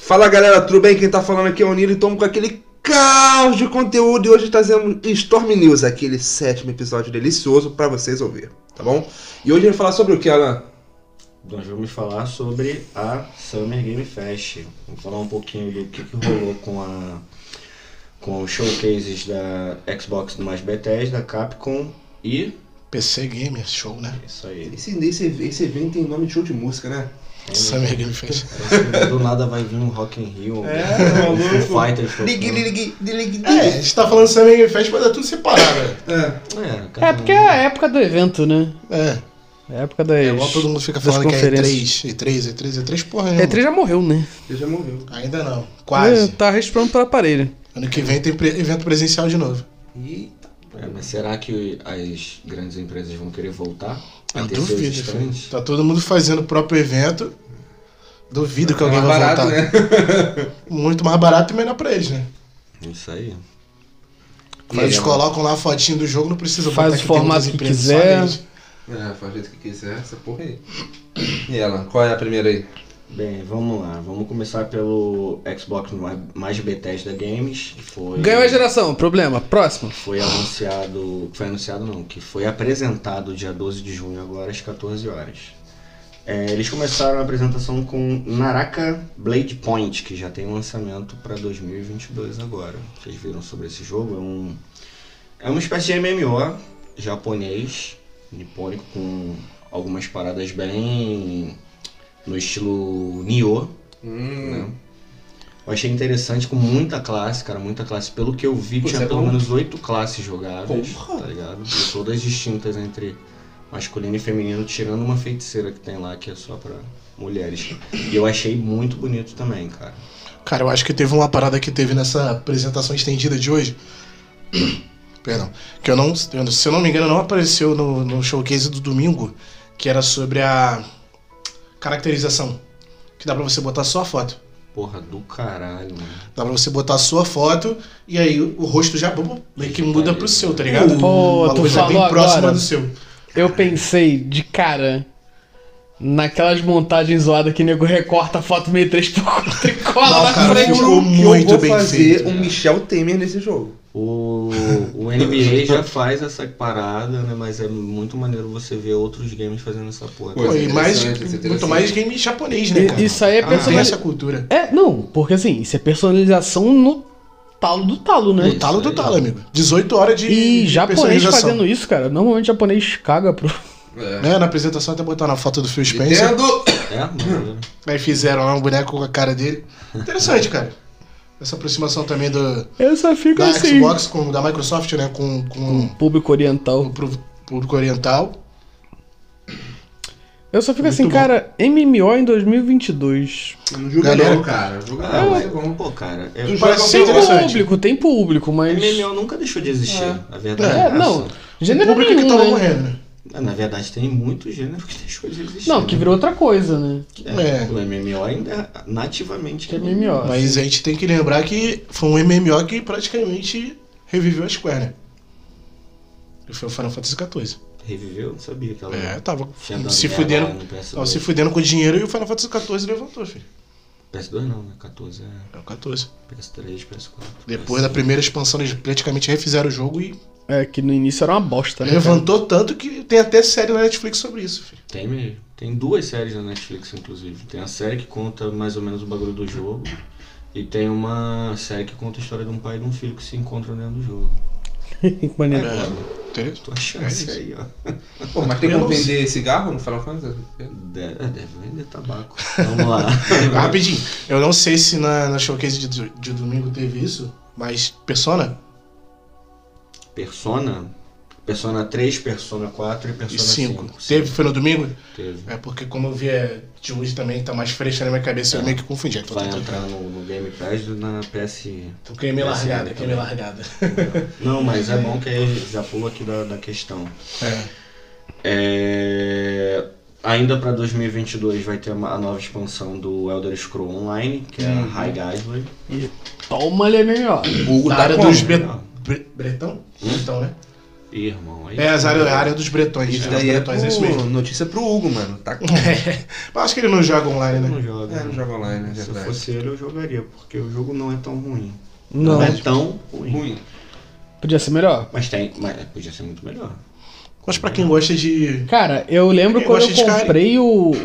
Fala galera, tudo bem? Quem tá falando aqui é o Nilo e estamos com aquele caos de conteúdo e hoje trazemos Storm News, aquele 7º episódio delicioso pra vocês ouvir, tá bom? E hoje a gente vai falar sobre o que, Alan? Nós vamos falar sobre a Summer Game Fest. Vamos falar um pouquinho do que rolou com os showcases da Xbox mais Bethesda, da Capcom e... PC Gamer Show, né? Isso aí. Esse evento tem nome de show de música, né? Summer Game Fest. Do nada vai vir um Rock in Rio, um Foo Fighters. A gente tá falando Summer Game Fest, mas é tudo separado, né? É porque é a época do evento, né? É. É a época das Igual todo mundo fica falando que é E3, porra nenhuma. E3 já morreu, né? Ele já morreu. Ainda não, quase. Tá respirando pelo aparelho. Ano que vem tem evento presencial de novo. Eita. Mas será que as grandes empresas vão querer voltar? Eu duvido, filho. Tá todo mundo fazendo o próprio evento. Duvido que alguém mais vai barato, voltar. né? Muito mais barato e melhor pra eles, né? Isso aí. Eles colocam lá a fotinho do jogo, não precisa Faz botar o formato que quiser. Faz o jeito que quiser, essa porra aí. E ela, qual é a primeira aí? Bem, vamos lá. Vamos começar pelo Xbox mais Bethesda Games, que foi... Ganhou a geração, problema. Próximo. Foi anunciado não, que foi apresentado dia 12 de junho agora às 14 horas. Eles começaram a apresentação com Naraka Blade Point, que já tem lançamento para 2022 agora. Vocês viram sobre esse jogo? É uma espécie de MMO japonês, nipônico, com algumas paradas bem no estilo Nioh, né? Eu achei interessante, com muita classe, cara, muita classe. Pelo que eu vi, tinha pelo menos 8 classes jogáveis, tá ligado? E todas distintas entre masculino e feminino, tirando uma feiticeira que tem lá, que é só pra mulheres. E eu achei muito bonito também, cara. Cara, eu acho que teve uma parada que teve nessa apresentação estendida de hoje. Perdão. Que se eu não me engano, não apareceu no showcase do domingo, que era sobre a caracterização. Que dá pra você botar só a foto. Porra, do caralho, mano. Dá pra você botar a sua foto e aí o rosto já meio que muda pro seu, tá ligado? Pô, uma tu coisa falou bem próxima agora. do seu. Eu pensei de cara naquelas montagens zoadas que o nego recorta a foto meio 3x4 e cola Não, na cara, frente. ficou muito eu vou bem fazer feito. um Michel Temer nesse jogo. O NBA já faz essa parada, né? Mas é muito maneiro você ver outros games fazendo essa porra. Pô, Pô, e interessante. muito mais game japonês, né, cara? Isso aí é Tem essa cultura. Não, porque assim, isso é personalização no talo do talo, né? No talo do talo, amigo. 18 horas de E japonês personalização. fazendo isso, cara. Normalmente japonês caga pro... Na apresentação até botaram a foto do Phil Spencer. Entendo! Maneiro. Aí fizeram lá um boneco com a cara dele. Interessante, cara. Essa aproximação também Eu só fico da assim. Xbox, da Microsoft, né? Com Público oriental. o público oriental. Eu só fico Muito assim, bom. cara, MMO em 2020. Não julga Galera, não, cara. Julga Ah, não, mas, é bom. pô, cara, Tu Parece ser joga interessante. Tem público, mas... MMO nunca deixou de existir. A verdade é essa. não. O Gênero público nenhum, que tava né? morrendo, né? Na verdade, tem muito gênero que deixou de existir. Não, que virou outra coisa, né? O MMO ainda é nativamente Que é MMO. Mas a gente tem que lembrar que foi um MMO que praticamente reviveu a Square, né? E foi o Final Fantasy XIV. Reviveu? Não sabia que ela Tava tinha dado se merda fudendo, lá no PS2. tava se fudendo com dinheiro e o Final Fantasy XIV levantou, filho. PS2 não, né? 14 É o 14. PS3, PS4. Depois da primeira expansão, eles praticamente refizeram o jogo e Que no início era uma bosta, né? levantou tanto que tem até série na Netflix sobre isso, filho. Tem mesmo. Tem 2 séries na Netflix, inclusive. Tem a série que conta mais ou menos o bagulho do jogo. E tem uma série que conta a história de um pai e de um filho que se encontram dentro do jogo. Que maneiro. Entendeu? Tua chance aí, ó. Pô, mas tem como vender cigarro no Final Fantasy? Deve vender tabaco. Vamos lá. Rapidinho, eu não sei se na showcase de domingo teve isso, mas Persona Persona 3, Persona 4 e e Persona 5. 5. Teve? Foi no domingo? Teve. É porque como eu vi de hoje também, tá mais fresco na minha cabeça, eu meio que confundi. Então, Vai entrar no Game Pass na PS... Tô queimei largada. Não, mas é bom que aí já pula aqui da questão. Ainda para 2022 vai ter a nova expansão do Elder Scrolls Online, que é a High Gasway. E toma-lhe MMO. O Da tá área como? dos Bretão? Bretão, né? Ih, irmão. Aí a área dos bretões. Isso né? daí é Bretões, isso mesmo. notícia pro Hugo, mano. Tá com... Mas acho que ele não joga online, não né? joga. não joga online, é Se eu verdade. fosse ele, eu jogaria, porque o jogo não é tão ruim. Não. é tão ruim. Ruim. Podia ser melhor. Mas podia ser muito melhor. Mas pra quem gosta de... Cara, eu lembro Eu quando eu gosto de Skyrim. comprei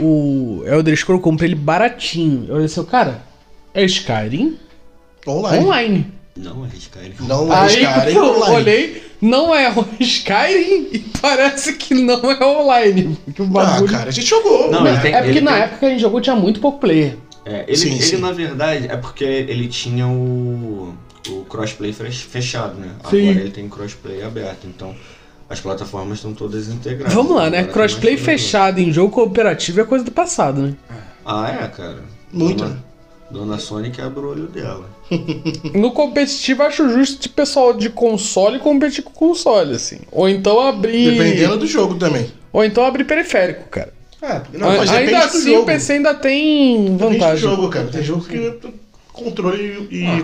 o Elder Scrolls, eu comprei ele baratinho. Eu disse, cara, é Skyrim? Online. Online. Não, arriscar ele. Não é Aí Skyrim eu online. olhei, não é Skyrim e parece que não é online. Porque o bagulho... Ah, cara, a gente jogou. Não, né? ele tem- é porque na época que a gente jogou tinha muito pouco player. Ele, Sim, sim. na verdade, é porque ele tinha o crossplay fechado, né? Sim. Agora ele tem crossplay aberto, então as plataformas estão todas integradas. Vamos lá, né? Agora tem Crossplay mais jogador. fechado em jogo cooperativo é coisa do passado, né? Ah, é, cara? Muito. Dona Sonic abre o olho dela. No competitivo, acho justo o pessoal de console competir com console, assim. Ou então abrir. Dependendo do jogo também. Ou então abrir periférico, cara. Não, mas depende Ainda do assim, jogo. o PC ainda tem Depende do vantagem. jogo, cara. Tem jogo que controle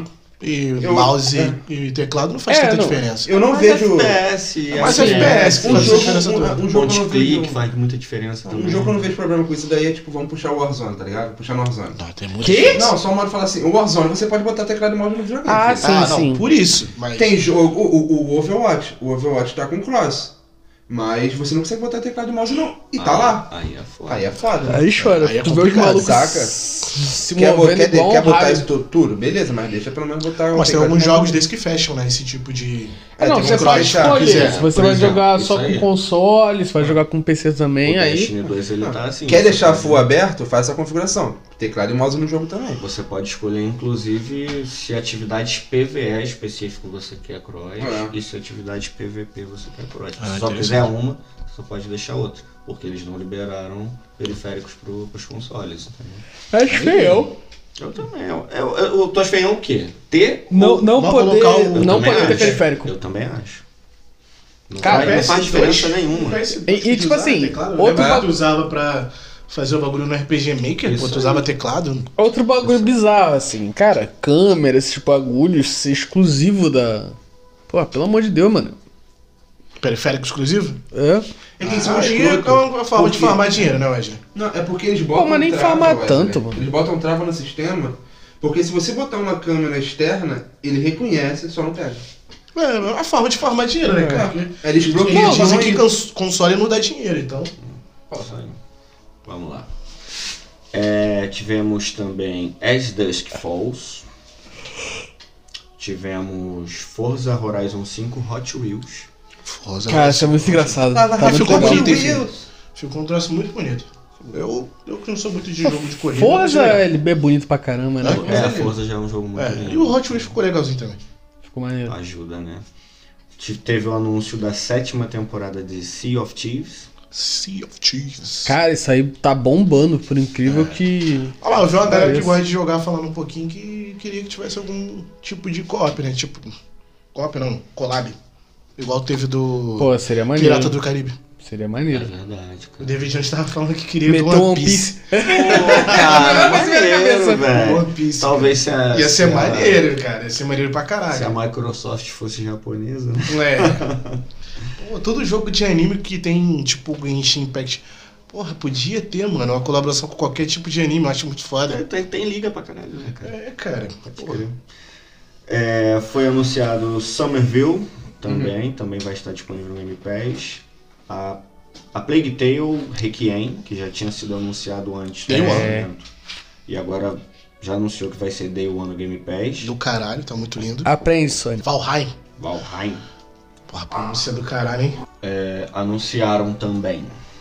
e Eu- mouse é. e teclado não faz É, tanta não. diferença. eu não Mas vejo... FPS, Mas assim, FPS, Um faz jogo, diferença toda. um jogo que eu não clique vejo... faz muita diferença também. Um jogo que eu não vejo problema com isso daí é tipo, vamos puxar o Warzone, tá ligado? Puxar no Warzone. Não, tem muito Quê? Não, só o modo fala assim, o Warzone você pode botar teclado e mouse no videogame. Ah, filho. sim, não, sim. por isso. Mas... Tem jogo, o Overwatch. O Overwatch tá com cross. Mas você não consegue botar teclado e mouse não. E tá lá. Aí é foda. Aí é foda. Aí chora. Aí é tu vê os complicado, malucos saca? se Quer, movendo igual quer um botar raio. isso tudo? Beleza, mas deixa pelo menos botar o Mas tem teclado alguns e mouse. jogos desses que fecham, né? Esse tipo de... Ah, não, tem você um pode cross, escolher. quiser, Se você por vai exemplo, jogar isso só aí. com console, se vai jogar com PC também, O aí. Destiny 2 ele tá assim. Quer você deixar pode- full aberto? Faz essa configuração. Teclado e mouse no jogo também. Você pode escolher, inclusive, se atividades PvE específico você quer cross É. e se atividade PvP você quer cross. Ah, Se só interessante. quiser uma, você pode deixar outra. Porque eles não liberaram periféricos pros consoles. Entendeu? Acho feião. Eu também. Eu tô feião o quê? Ter Não, ou- não não poder, colocar o- Eu não também poder ter acho. periférico. Eu também acho. Não, Cara, não faz diferença nenhuma. E, tipo assim, outro outro ba- tu usava pra fazer o bagulho no RPG Maker, Isso pô, tu aí. usava teclado. Outro bagulho bizarro, assim, cara, câmera, esses bagulhos, ser exclusivo da. Pô, pelo amor de Deus, mano. Periférico exclusivo? É. É que eles são Aí escroto. é uma forma de Porque- farmar dinheiro, né, Wesley? Não, é porque eles botam mas nem trava, farmar Wesley. tanto, mano. Eles botam trava no sistema, porque se você botar uma câmera externa, ele reconhece, só não pega. É uma forma de farmar dinheiro, né, cara? É. Porque Eles eles bloqueiam dizem que e- console não dá dinheiro, então... Isso aí. Vamos lá. Tivemos também As Dusk Falls. Tivemos Forza Horizon 5 Hot Wheels. Forza, Cara, isso é muito engraçado. Tá muito ficou legal. bonito, hein, ficou um troço muito bonito. Eu que não sou muito de jogo de corrida. Forza mas é legal. LB é bonito pra caramba, né? É. A Forza já é um jogo muito É, lindo. e o Hot Wheels ficou legalzinho também. Ficou maneiro. Ajuda, né? Teve o anúncio da 7ª temporada de Sea of Thieves. Sea of Thieves. Cara, isso aí tá bombando, por incrível que. Olha lá, eu vi uma galera que Parece. gosta de jogar falando um pouquinho que queria que tivesse algum tipo de co-op, né? Tipo, co-op não, collab. Igual teve do Pô, seria maneiro. Pirata do Caribe. Seria É maneiro. verdade, O cara. David Jones tava falando que queria Meteu do One Piece. Cara, maneiro, velho. One Piece. Talvez se a, Ia ser se a- maneiro, cara. Ia ser maneiro pra Se a caralho. Microsoft fosse japonesa, né? É. Pô, todo jogo de anime que tem, tipo, Genshin Impact. Porra, podia ter, mano, uma colaboração com qualquer tipo de anime. Eu acho muito foda. Tem liga pra caralho, né, cara? É, cara. Pode Porra. crer. Foi anunciado Somerville também vai estar disponível no Game Pass. A Plague Tale Requiem, que já tinha sido anunciado antes do Day One. lançamento. E agora já anunciou que vai ser Day One no Game Pass. Do caralho, tá muito lindo. Aprende, Sony. Valheim. Valheim. Porra, a pronúncia do caralho, hein? Anunciaram também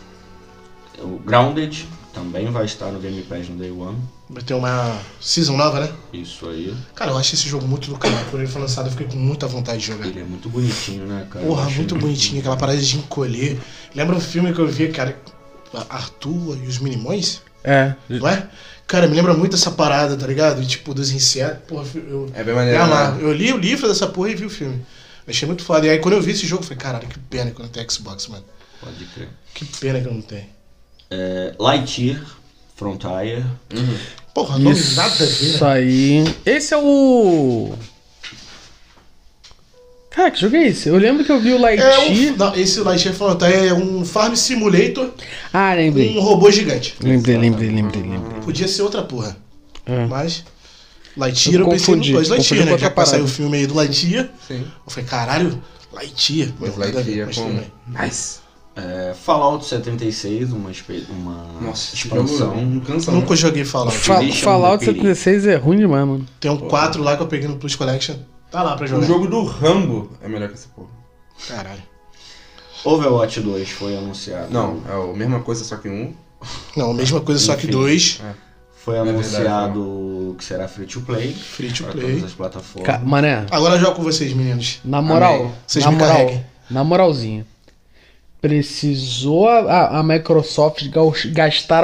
o Grounded, também vai estar no Game Pass no Day One. Vai ter uma season nova, né? Isso aí. Cara, eu acho esse jogo muito do caralho. Quando ele foi lançado, eu fiquei com muita vontade de jogar. Ele é muito bonitinho, né, cara? Porra, Eu achei muito bonitinho, aquela parada de encolher. Lembra um filme que eu vi, cara? Arthur e os Minimões? É. Não é? Cara, me lembra muito essa parada, tá ligado? E, tipo, dos insetos. Porra, eu. É bem maneiro. Amar. Né? Eu li o livro dessa porra e vi o filme. Achei muito foda. E aí, quando eu vi esse jogo, eu falei, caralho, que pena que eu não tenho Xbox, mano. Pode crer. Que pena que eu não tenho. Lightyear, Frontier. Porra, não nada a ver, Isso né? aí. Esse é o. Cara, que jogo é esse? Eu lembro que eu vi o Light Não, esse Lightyear tá, é um Farm Simulator Ah, com lembrei. um robô gigante. Lembrei. Podia ser outra porra. É. Mas. Lightyear, eu pensei no Confundi. Buzz Confundi Lightyear, com né? outra Já que saiu o parada. filme aí do Lightyear. Sim. Eu falei, caralho, Lightyear. Buzz Nada a ver, Lightyear mas com... tudo bem. Nice. Fallout 76, uma Nossa, esse expansão. jogo não cansa Nunca não. joguei Fallout. Fallout 76 é ruim demais, mano. Tem um 4 lá que eu peguei no Plus Collection. Tá lá pra O jogar. jogo do Rambo é melhor que essa porra. Caralho. Overwatch 2 foi anunciado. Não, é a mesma coisa, só que um. Não, a mesma coisa, só que Enfim. 2. Foi verdade, anunciado que será free to play. Free to Para play. todas as plataformas. Mané, Agora eu jogo com vocês, meninos. na moral, Amém. Vocês na me moral, carreguem. na moralzinha. Precisou a Microsoft gastar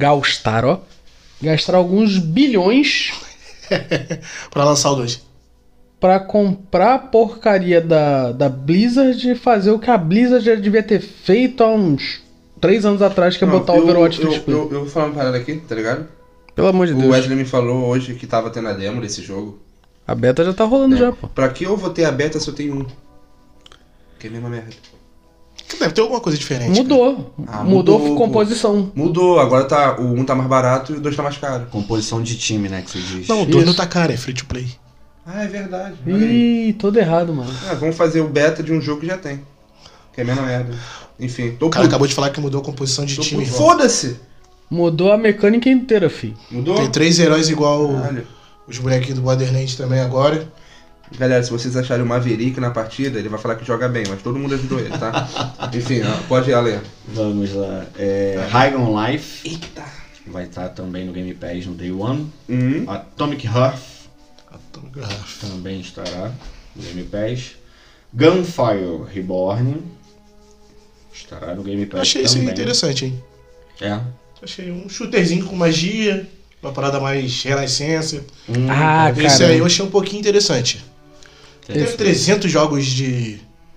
alguns bilhões Pra lançar o 2. pra comprar a porcaria da Blizzard e fazer o que a Blizzard já devia ter feito há uns 3 anos atrás, que é botar o Overwatch free to play. eu vou falar uma parada aqui, tá ligado? Pelo amor de O Deus. Wesley me falou hoje que tava tendo a demo desse jogo. A beta já tá rolando né? já, pô. Pra que eu vou ter a beta se eu tenho um? Que é a mesma merda. Deve ter alguma coisa diferente. Mudou. Ah, mudou mudou, composição. Mudou, agora tá, o 1 tá mais barato e o 2 tá mais caro. Composição de time, né, que você diz. Não, o 2 não Isso. tá caro, é free to play. Ah, é verdade. olha aí. Ih, todo errado, mano. Vamos fazer o beta de um jogo que já tem. Que é a mesma merda. Enfim, tô O cara puto. acabou de falar que mudou a composição de Tô time. puto. igual. Foda-se! Mudou a mecânica inteira, fi. Mudou? Tem 3 heróis igual Caralho. os bonequinhos do Borderlands também agora. Galera, se vocês acharem o Maverick na partida, ele vai falar que joga bem, mas todo mundo ajudou ele, tá? Enfim, ó, pode ir, Ale. Vamos lá. High on Life Eita! vai estar também no Game Pass no Day One. Uhum. Atomic Heart Atomic Heart. também estará no Game Pass. Gunfire Reborn estará no Game Eu Pass achei isso também. interessante, hein? É. Achei um shooterzinho com magia, uma parada mais renascença. Ah, Esse cara. aí eu achei um pouquinho interessante. Teve 300 jogos de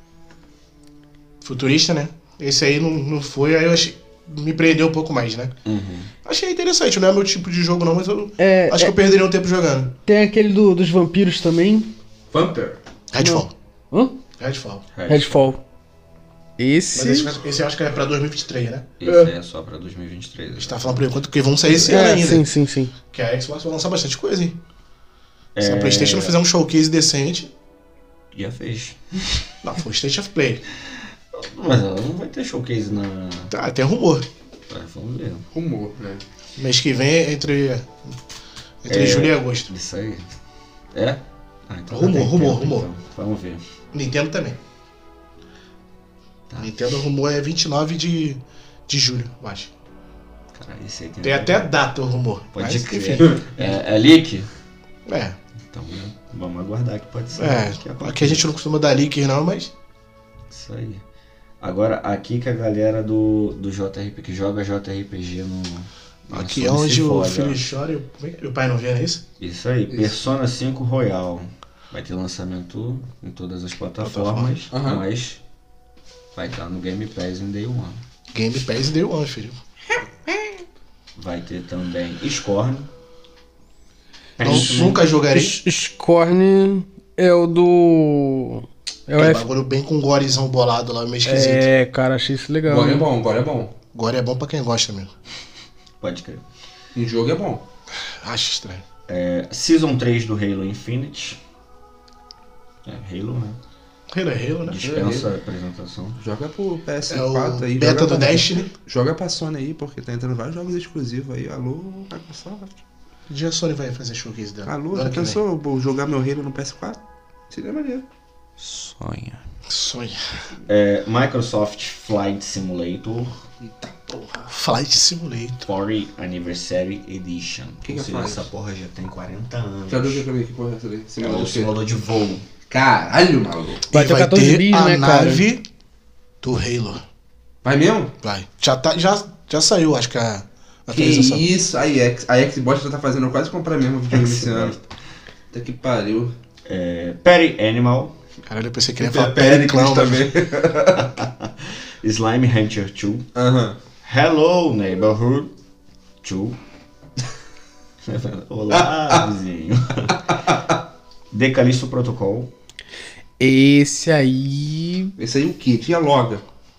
futurista, né? Esse aí não foi, aí eu achei, me prendeu um pouco mais, né? Uhum. Achei interessante, não é meu tipo de jogo não, mas eu É, acho que eu perderia um tempo jogando. Tem aquele dos vampiros também. Vampire. Redfall. Hã? Redfall. Redfall. Mas Esse esse eu acho que é pra 2023, né? Esse é só pra 2023. A gente tá falando por enquanto que vão sair esse ano ainda. sim. Que a Xbox vai lançar bastante coisa, hein? Se a Playstation não fizer um showcase decente... Já fez. Não, foi State of Play. Mas ela não vai ter showcase na. Tá, tem rumor. Vamos ver. Rumor, né? Mês que vem entre julho e agosto. Isso aí. É? Ah, então Rumor, já tem rumor, tempo, rumor. então. Vamos ver. Nintendo também. Tá. Nintendo rumor é 29 de julho, eu acho. Cara, esse aí Tem até a data o rumor. Pode mas, crer. enfim. É leak? É, Então vamos aguardar que pode ser. aqui a gente não costuma dar leak não, mas... Isso aí. Agora, aqui que a galera do JRPG, que joga JRPG no... Aqui é Sony onde se o fode, filho ó. chora e o pai não vê, não é isso? Isso aí, Persona 5 Royal. Vai ter lançamento em todas as plataformas, Aham. mas vai estar no Game Pass em Day One. Game Pass Day One, filho. Vai ter também Scorn. Nunca jogarei. Scorn é o do. É o Aquele F. bagulho bem com gorezão bolado lá, meio esquisito. É, cara, achei isso legal. Agora é bom, agora é bom. Gore é bom pra quem gosta mesmo. Pode crer. Em jogo é bom. Acho estranho. Season 3 do Halo Infinite. Halo, né? Halo é Halo, né? Dispensa a apresentação. Joga pro PS4 É o aí. beta joga do pra- Destiny. Joga pra Sony aí, porque tá entrando vários jogos exclusivos aí. Alô, Microsoft. Que dia a Sony vai fazer showcase dela? Alô, Ano já que vem. pensou eu jogar meu Halo no PS4? Seria maneiro. Sonha. Sonho. Microsoft Flight Simulator Flight Simulator. 40 Anniversary Edition. Que Ou é seja, Flight? essa porra já tem 40 anos. Já viu pra mim que porra é essa daí? É Simulador o de quê? simulador de voo. Caralho, maluco. Vai E ter 14 bis, a né, cara? nave do Halo. Vai mesmo? Vai. Já saiu, acho que a Que atualização. isso, a Xbox já tá fazendo eu quase comprar mesmo o videogame esse ano. Até que pariu. Party Animal. Caralho, eu pensei que ele ia falar Pericles Periclão, mas... também. Slime Rancher 2. Aham. Hello Neighborhood 2. Olá, vizinho. The Callisto Protocol. Esse aí o quê? Dialoga.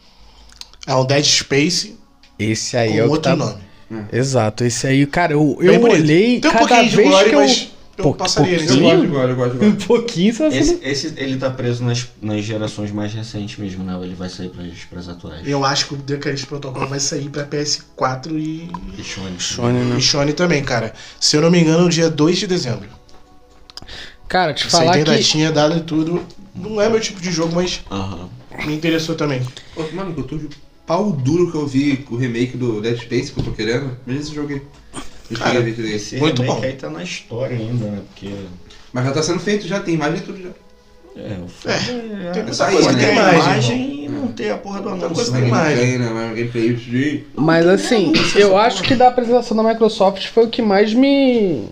É um Dead Space Esse aí com é o que outro tá... nome. Exato, esse aí, cara, eu Bem bonito. olhei Tem um cada pouquinho de vez gore, que mas eu Pou- passaria nesse pouquinho? lado. Eu gosto de Um pouquinho, você Esse ele tá preso nas gerações mais recentes mesmo, né? Ele vai sair pras atuais. Eu acho que o The Callisto Protocol vai sair pra PS4 e Shone. né? Sony também, cara. Se eu não me engano, no dia 2 de dezembro. Cara, te Isso aí falar tem que... datinha dada e tudo. Não é meu tipo de jogo, mas Aham. me interessou também. Ô, mano, eu tô de pau duro que eu vi o remake do Dead Space que eu tô querendo. Mas esse jogo aí. Cara, Esse Muito remake bom. aí tá na história ainda, né? Porque... Mas já tá sendo feito, já tem imagem e tudo já. o foda tem muita é coisa, ter tem a imagem, e não ter a porra do Muita anúncio. coisa né? tem imagem. Gameplay, né? Mas gameplay de... Mas assim, eu acho que da apresentação da Microsoft foi o que mais me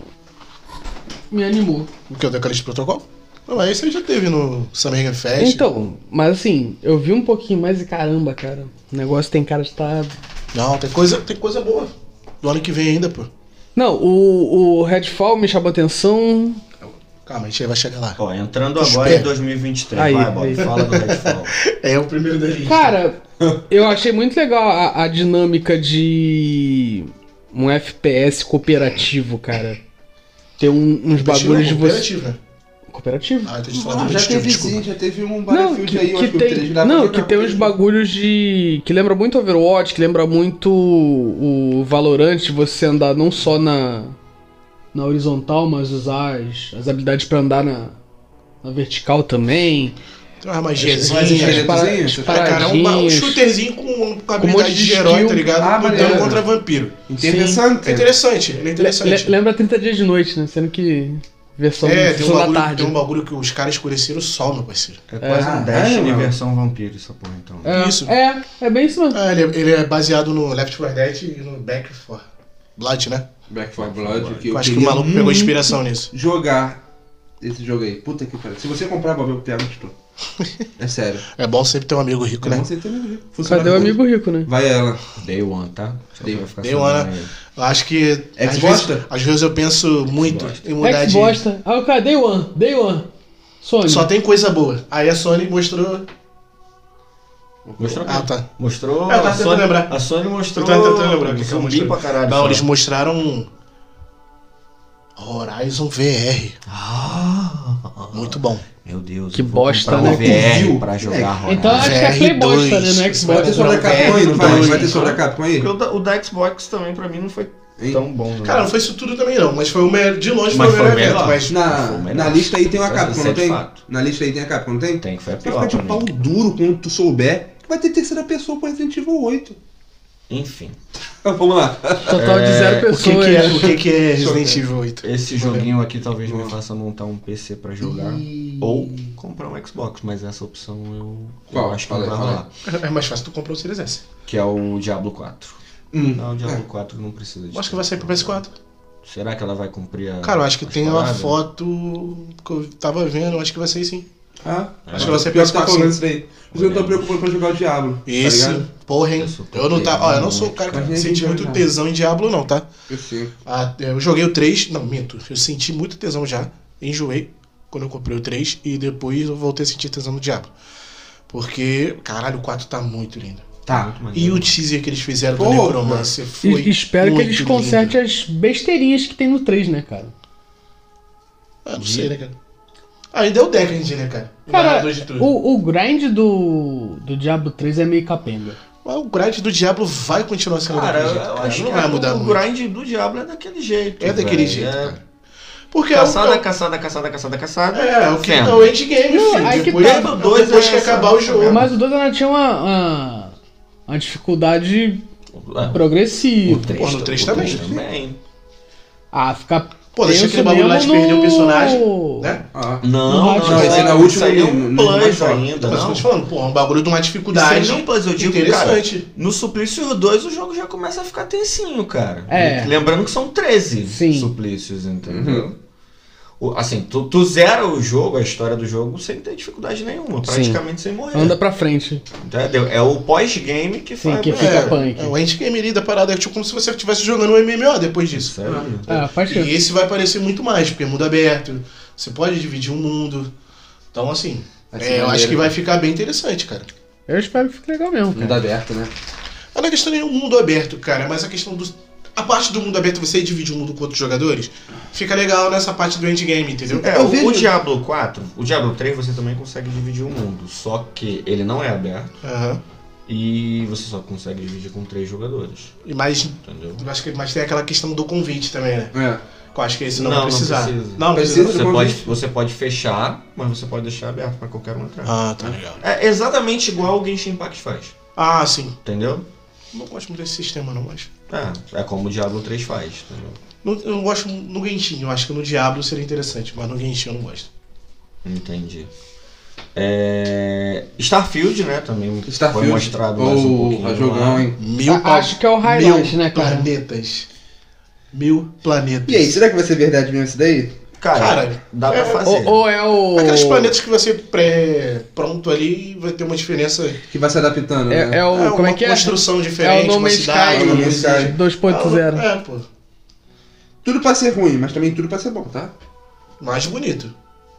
animou. O que é o The Callisto Protocol? Não, mas esse aí já teve no Summer Game Fest. Então, mas assim, eu vi um pouquinho mais e caramba, cara. O negócio tem cara de estar... Não, tem coisa boa. Do ano que vem ainda, pô. Não, o Redfall me chamou atenção. Calma, a gente vai chegar lá. Ó, entrando agora Espera. em 2023. Aí, Vai, Bob, aí. fala do Redfall. É o primeiro da lista. Cara, eu achei muito legal a dinâmica de um FPS cooperativo, cara. Ter uns bagulhos de você... Cooperativo, né? Cooperativo? Ah, então a gente falando Ah, já competitivo, teve desculpa. sim, já teve um Não, Battlefield aí, eu acho que o 3 dá pra não, jogar que tem uns com ele. bagulhos de... Que lembra muito Overwatch, que lembra muito o Valorant, de você andar não só na horizontal, mas usar as habilidades pra andar na vertical também. Tem uma magiazinha. Mas esqueleto- As É, Cara, um paradinhas. shooterzinho com um monte habilidade de de herói, skill. tá ligado? Ah, Lutando maneiro. contra vampiro. Interessante. É interessante, ele é interessante. Lembra 30 Dias de Noite, né? Sendo que versão, Tem um, versão da bagulho, tarde. tem um bagulho que os caras escureceram o sol, meu parceiro. É quase Ah, um Destiny mano. versão vampiro, essa porra, então. Isso. É bem isso mesmo. Ah, ele é baseado no Left 4 Dead e no Back 4 Blood, né? Back 4 Blood, que Eu eu acho que o queria maluco pegou muito inspiração nisso. jogar esse jogo aí. Puta que pariu. Se você comprar, Bob, eu pego de tu. É sério. É bom sempre ter um amigo rico, né? Não sei ter amigo rico. Funciona Cadê o com- amigo rico, né? Vai ela. Day One, tá? Só Day pra ficar Day sabendo One, aí. Eu acho que Xbox? às vezes eu penso muito em mudar de... Xbox. Ah, o cara, Day One. Sony. Só tem coisa boa. Aí a Sony mostrou... Mostrou Ah, tá. Mostrou. É, eu tava a tentando Sony, lembrar. A Sony mostrou. Eu tava tentando lembrar o que ela zumbi mostrou. pra caralho. Não, só. eles mostraram Horizon VR. Muito bom. Meu Deus. Que eu vou bosta, comprar né? um VR Viu? pra jogar Horizon. Então acho que é Play VR2. bosta, né? No Vai Xbox. ter sobre a Capcom aí, não vai? Vai ter sobre a Capcom aí? Porque o da Xbox também pra mim não foi Hein? tão bom. Né? Cara, não foi isso tudo também não, mas foi o melhor, de longe Mas foi o foi melhor o evento. melhor. Mas Foi Na, melhor. na lista aí tem uma Isso Capcom, é não de tem? fato. Na lista aí tem a Capcom, não tem? Tem que foi a Vai pior ficar pra de pau mim. duro quando tu souber que vai ter terceira pessoa com Resident Evil 8. Enfim. Vamos lá. Total de zero o que, pessoas. que é, o que, que é Resident Evil 8? Esse joguinho aqui talvez me faça montar um PC pra jogar. Ou comprar um Xbox, mas essa opção eu Qual? acho que Fala não aí, vai fala rolar. É mais fácil tu comprar o Series S. Que é o Diablo 4. Não, o Diablo É. 4 não precisa de. Eu acho que vai sair pro PS4. Será que ela vai cumprir a. Cara, eu acho que as tem uma paradas? foto que eu tava vendo, eu acho que vai sair sim. Ah, Acho que vai ser pior que tá PS4 falando sim. isso daí. Mas eu não tô preocupado pra jogar o Diablo. Tá Isso, ligado? porra, hein? Eu sou Eu não tá. Ó, eu não sou o muito. cara Mas que nem sente jogar muito nada. tesão em Diablo, não, tá? Eu sei. Eu joguei o 3, não, minto. Eu senti muito tesão já, enjoei quando eu comprei o 3 e depois eu voltei a sentir tesão no Diablo. Porque, caralho, o 4 tá muito lindo. Tá. E o teaser que eles fizeram do Pô, Necromancer foi. Espero que muito eles lindo. consertem as besteirinhas que tem no 3, né, cara? Ah, não sei, né, cara? Ainda é o Decadent, né, cara? O Cara, narrador de tudo. o grind do Diablo 3 é meio capenga. Mas o grind do Diablo vai continuar sendo Cara, daquele jeito, eu cara. acho Não que vai mudar o muito. grind do Diablo é daquele jeito. É daquele velho. jeito, É cara. Porque caçada, é o, caçada, caçada, caçada, caçada. é o que Fenda. é o endgame, Não, filho. aí que Depois, tá. Dois depois é que essa- acabar o jogo. Mas o 2 ainda tinha uma dificuldade progressiva. Pô, no 3 também. também. Ah, ficar. Pô, deixa tenso aquele bagulho lá de mesmo perder o personagem, no- né? Ah. Não, Não, não, esse é na última isso aí é um no plus mais forte. ainda, Mas eu tô não. te falando, pô, é um bagulho de uma dificuldade Isso aí não, plus, eu digo, interessante. No Suplício 2 o jogo já começa a ficar tensinho, cara. É. Lembrando que são 13 Sim. suplícios, entendeu? Assim, tu zera o jogo, a história do jogo, sem ter dificuldade nenhuma, praticamente sem morrer. Anda pra frente. Entendeu? É o pós-game que Sim, faz. que mais. fica punk. É o endgame ali da parada, é tipo como se você estivesse jogando um MMO depois disso. Sério? Ah, faz E tempo. esse vai parecer muito mais, porque é mundo aberto, você pode dividir um mundo. Então, assim, Eu acho que vai ficar bem interessante, cara. Eu espero que fique legal mesmo, Mundo cara. aberto, né? Não é questão nem o mundo aberto, cara, mas a questão do... A parte do mundo aberto, você divide o mundo com outros jogadores, fica legal nessa parte do endgame, entendeu? É, Eu o vejo- Diablo 4, o Diablo 3 você também consegue dividir o mundo, só que ele não é aberto Aham. e você só consegue dividir com 3 jogadores, E mais, entendeu? eu acho que mais tem aquela questão do convite também, né? É. Eu acho que esse não, Não, vai não precisar. precisa. Não Precisa. precisa. Você pode fechar, mas você pode deixar aberto pra qualquer um entrar. Ah, tá legal. É exatamente igual o Genshin Impact faz, Ah, sim. entendeu? Não gosto muito desse sistema, não, mas... É como o Diablo 3 faz, entendeu? Eu não gosto no Genshin, eu acho que no Diablo seria interessante, mas no Genshin eu não gosto. Entendi. Starfield, né, também Starfield. foi mostrado mais um pouquinho. A jogão, lá. hein? Acho que é o highlight, né, cara? Planetas. 1000 planetas. E aí, será que vai ser verdade mesmo isso daí? Cara, dá pra fazer. Ou é o... Aqueles planetas que você pronto ali vai ter uma diferença. Que vai se adaptando, né? É o... Como é uma que é? construção diferente, É o No uma Man's cidade. Sky No Man's Sky. 2.0. É, pô. Tudo pra ser ruim, mas também tudo pra ser bom, tá? Mais bonito.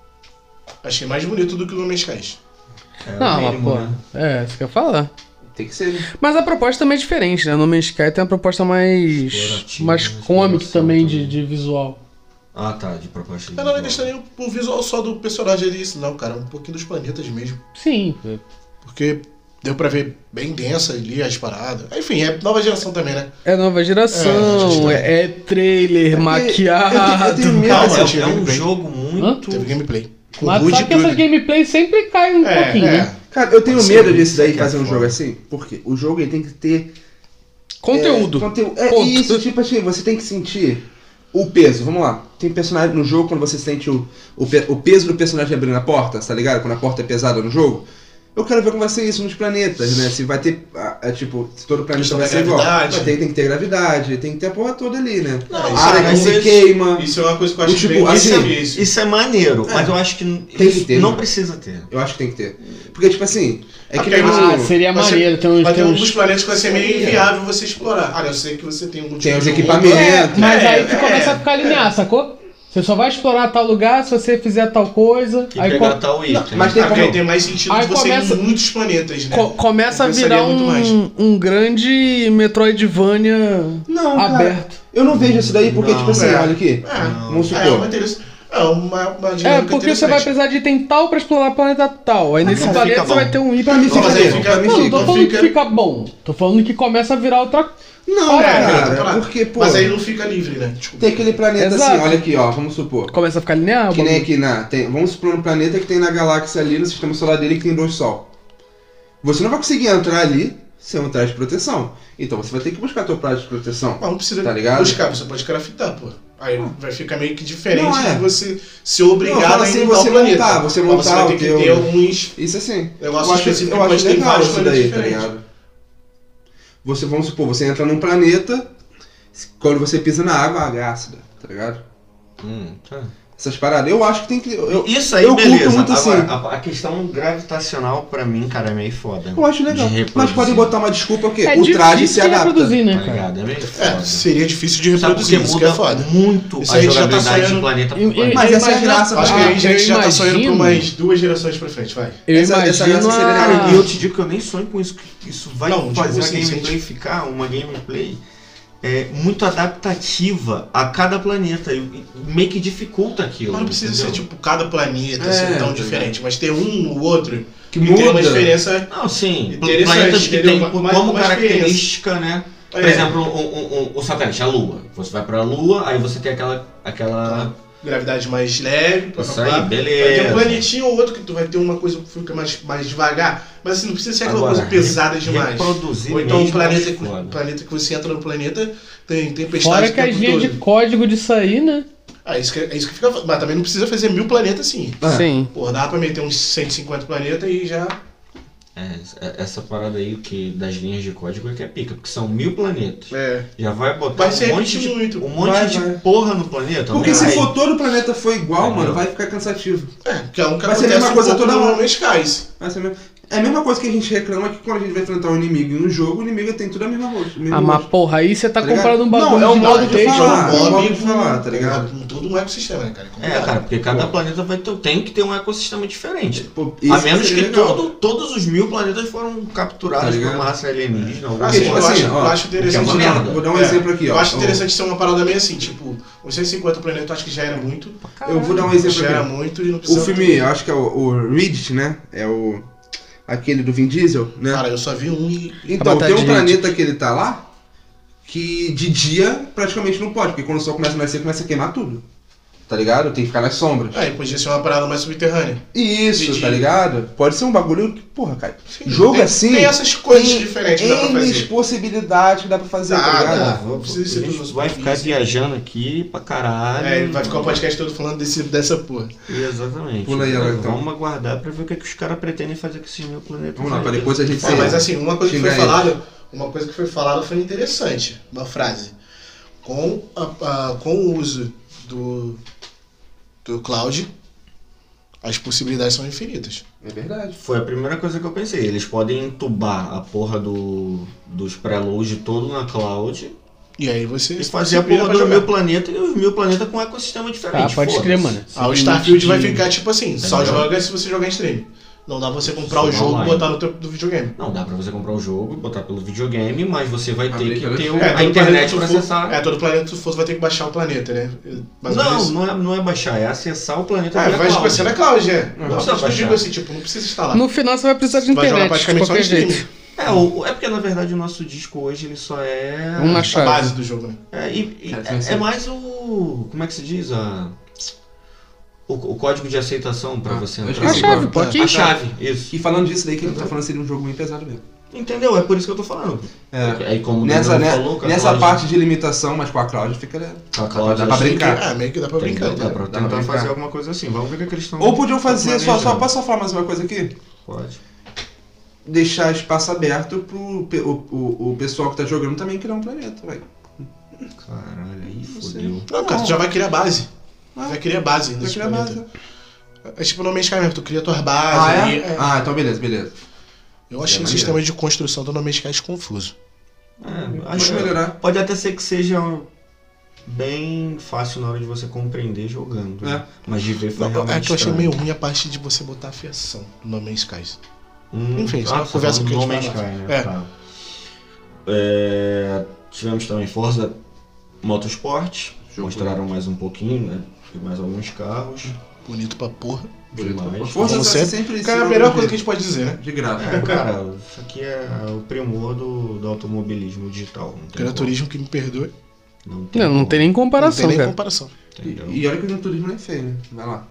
Achei mais bonito do que o No Man's Sky. É o Não, mas mínimo, pô... né? É, isso que eu ia falar. Tem que ser. Mas a proposta também é diferente, né? No Man's Sky tem uma proposta mais... Explorativa, mais comic exploração também, também. de visual. Ah, tá, de proposta de Eu não é visual. questão nem o visual só do personagem ali, isso não, cara. Um pouquinho dos planetas mesmo. Sim. Porque deu pra ver bem densa ali as paradas. Enfim, é nova geração também, né? É nova geração, é trailer, maquiado. eu tenho medo Calma, dessa- É tive um gameplay. jogo muito... Teve gameplay. Com Mas HUD sabe e que essas tudo. gameplays sempre caem um pouquinho, né? Cara, eu tenho Pode ser medo disso daí que é fazer um foda. jogo assim, porque o jogo ele tem que ter Conteúdo. É Ponto. isso, tipo assim, você tem que sentir o peso. Vamos lá. Tem personagem no jogo, quando você sente o peso do personagem abrindo a porta, tá ligado? Quando a porta é pesada no jogo. Eu quero ver como vai ser isso nos planetas, né? Se vai ter, tipo, se todo planeta Questão vai da ser igual. gravidade. Tem que ter gravidade, tem que ter a porra toda ali, né? Não, a isso área é- que se mas queima. Isso é uma coisa que eu acho Tipo, bem assim, difícil. Isso é maneiro, mas eu acho que Tem isso que ter, não né? precisa ter. Eu acho que tem que ter. Porque, tipo assim, é que Porque nem aí você- Ah, no- seria Vai ser- maneiro. Vai ter tem alguns planetas que vai ser meio inviável você explorar. Ah, eu sei que você tem algum Tem os de equipamentos. mundo. Mas aí É, tu começa a ficar linear, sacou? Você só vai explorar tal lugar se você fizer tal coisa. E Aí pegar tal item. mas tem Ah, porque como- aí tem mais sentido Aí de você começa- ir em muitos planetas, né? começa a Compensaria virar muito mais. um grande Metroidvania Não, cara, aberto. eu não vejo isso daí porque, Não. tipo assim, É. olha aqui. Vamos supor. uma dinâmica É, porque você vai interessante. precisar de item tal pra explorar planeta tal. Aí nesse não planeta fica você bom. vai ter um item. Pra mim Não, fica mas aí bom, fica- pra mim Não, não fica. tô falando que fica- fica bom. Tô falando que começa a virar outra. Não, É, cara, tá lá. porque, pô, Mas aí não fica livre, né? Desculpa. tem aquele planeta Exato. assim, olha aqui, ó, vamos supor. Começa a ficar linear. Que o nem bagulho. aqui vamos supor um planeta que tem na galáxia ali, no sistema solar dele, que tem 2 sol. Você não vai conseguir entrar ali sem um traje de proteção. Então você vai ter que buscar teu traje de proteção. Mas não precisa Tá ligado? buscar, você pode craftar, pô. Aí vai ficar meio que diferente Não, é. de você ser obrigado Não, fala a ir assim, em tal você planeta. montar, você Mas montar você vai ter o que teu- ter alguns... Isso assim. Negócio eu acho, específico, eu acho mas tem legal vários isso daí, planetas tá diferentes. ligado? Você, vamos supor, você entra num planeta, quando você pisa na água, a água é ácida, tá ligado? Tá. Essas paradas. Eu acho que tem que. Isso aí, eu curto beleza. muito Agora, assim. a questão gravitacional, pra mim, cara, é meio foda. Eu acho legal. De Mas reproduzir. podem botar uma desculpa que É o traje se difícil de adapta. reproduzir, né, Tá cara? ligado? É meio É, foda. seria difícil de Sabe porque reproduzir, isso que é muda foda. muito Isso a aí a gente já tá jogabilidade sonhando- de planeta Eu- por planeta. Mas essa é a imagino- graça, Acho Ah, que a gente eu já tá sonhando por imagino- mais 2 gerações pra frente, vai. Eu Essa imagino graça seria legal. Cara, a... e eu te digo que eu nem sonho com isso, que isso vai Não, fazer tipo a assim, gameplay ficar uma gameplay muito adaptativa a cada planeta e meio que dificulta aquilo. Mas não precisa entendeu? ser, tipo, cada planeta É, ser tão tá diferente, mas ter um ou outro Que e ter uma muda. diferença. Não, sim, Interessante, planetas que entendeu? tem Mais como uma característica, né? Por É. exemplo, o satélite, a Lua. Você vai pra Lua, aí você tem aquela Gravidade mais leve, blá, Isso blá, aí, blá. beleza. Vai ter um planetinho ou outro que tu vai ter uma coisa que fica mais devagar, mas assim, não precisa ser aquela Agora, coisa pesada demais. reproduzir Ou então um mesmo, planeta, acho foda. planeta que você entra no planeta, tem tempestade Fora o que as tempo linhas de todo. código disso aí, né? É isso que fica. Mas também não precisa fazer 1000 planetas assim. Ah. Sim. Pô, dá pra meter uns 150 planetas e já. essa parada aí que das linhas de código é que é pica, porque são 1000 planetas. É. Já vai botar Vai ser um monte repetir muito. Vai. de porra no planeta. Porque não se vai. for todo o planeta for igual, Vai, mano, não. vai ficar cansativo. Que é um que Vai ser a acontece mesma coisa um pouco toda no hora. No Man's Skies. Vai ser mesmo. É a mesma coisa que a gente reclama que quando a gente vai enfrentar um inimigo em um jogo, o inimigo tem tudo a mesma coisa. Ah, mas porra, aí você tá Tá ligado? comprando um Não, bagulho é o de modo de update, falar. mano. é o modo de com- falar, tá ligado? Com todo todo um ecossistema, né, cara? Cara, porque cada Pô. planeta tem que ter um ecossistema diferente. Pô, A isso menos seria que legal. todos os 1000 planetas foram Tá capturados ligado? por uma raça alienígena. alguma Assim, Tipo coisa. assim, eu acho interessante. que é uma merda. Vou dar um exemplo aqui, ó. Eu acho interessante ser uma parada meio assim, tipo, os 150 planetas eu acho que já era muito. Eu vou dar um exemplo Já era aqui. muito e não O precisa. filme, eu acho que é o Reddit, né? É aquele do Vin Diesel, né? Cara, eu só vi um e. Então, batalha tem um de planeta que ele tá lá que de dia praticamente não pode, porque quando o sol começa a nascer, começa a queimar tudo. Tá ligado? Tem que ficar nas sombras. Aí podia ser uma parada mais subterrânea. Isso, Entendi. tá ligado? Pode ser um bagulho que, porra, cara. Sim, Jogo tem- assim. tem essas coisas diferentes que dá pra fazer. N possibilidades que dá pra fazer, tá Ah, ligado? dá. Não precisa ser tudo vai ficar isso. viajando aqui pra caralho. É, vai ficar o podcast todo falando dessa porra. Exatamente. Pula aí, ela, então. Vamos aguardar pra ver o que os caras pretendem fazer com esses 1000 planetas. Vamos lá, aí. pra depois a gente É, mas assim, uma coisa que foi xingar falada, foi interessante, uma frase. Com o uso do cloud, as possibilidades são infinitas. É verdade. Foi a primeira coisa que eu pensei. Eles podem entubar a porra dos preloads todo na cloud E aí você e fazer a se vira porra pra dos jogar. 1000 planetas e os 1000 planetas com um ecossistema diferente. Pode foda-se. crer, mano. O Starfield vai ficar tipo assim, Tá só ligado? joga se você jogar em stream. Não dá você comprar Só o jogo e online. botar no teu do videogame. Não, dá pra você comprar o jogo, botar pelo videogame, mas você vai ter Abrir que pelo- ter É, a todo internet planeta pra que tu for- acessar. todo planeta que tu for vai ter que baixar o planeta, né? Mais ou menos isso. Não é baixar, é acessar o planeta Ah, via vai cloud. ser na cloud, é. Não Não, precisa eu digo baixar. assim, tipo, não precisa instalar. No final você vai precisar de Vai jogar internet, de praticamente só qualquer em stream. jeito. É porque na verdade o nosso disco hoje ele só é. Uma A chave. base do jogo, né? É mais o. Como é que se diz? O código de aceitação pra você eu entrar. A esqueci chave, qual. pô, aqui. A chave, isso. E falando disso daí que ele tá falando, seria um jogo bem pesado mesmo. Entendeu? É por isso que eu tô falando. É. Aí como o Nessa, Daniel né, falou, com a nessa cloud- parte de limitação, mas com a Cloud fica. com a cloud dá pra assim, brincar. Ah, meio que dá pra brincar. Dá pra Dá pra tentar brincar. fazer alguma coisa assim. Vamos ver o que eles estão. Ou podiam fazer, planejando. posso só falar mais uma coisa aqui? Pode. Deixar espaço aberto pro o pessoal que tá jogando também criar um planeta, velho. Caralho, aí Não fodeu. Não, cara, tu já vai criar base. Ah, Vai criar base vai nesse criar planeta. base. É tipo No Man's Sky mesmo, tu cria tuas bases. Ah, aí, é? Ah, então beleza. Eu achei o maneiro. sistema de construção do No Man's Sky confuso. Acho Pode melhorar. Pode até ser que seja bem fácil na hora de você compreender jogando. né? Mas de ver foi realmente É que eu achei estranho. meio ruim a parte de você botar a fiação no No Man's Sky. Enfim, isso é uma tá conversa falando que a do gente No Man's fala. Sky, né? É. Tá. Tivemos também Forza Motorsport. Jogo Mostraram mais um pouquinho, né? E mais alguns carros. Bonito pra porra. Demais. Força Como sempre, sempre. sempre Cara, é a esse melhor nome coisa que a gente pode dizer, né? de graça. Cara, isso aqui é o primor do automobilismo digital. Não tem Gran como. Turismo que me perdoe. Não Não tem nem Não comparação, tem nem cara. comparação. Entendeu? E olha que o Gran Turismo não é feio, né? Vai lá.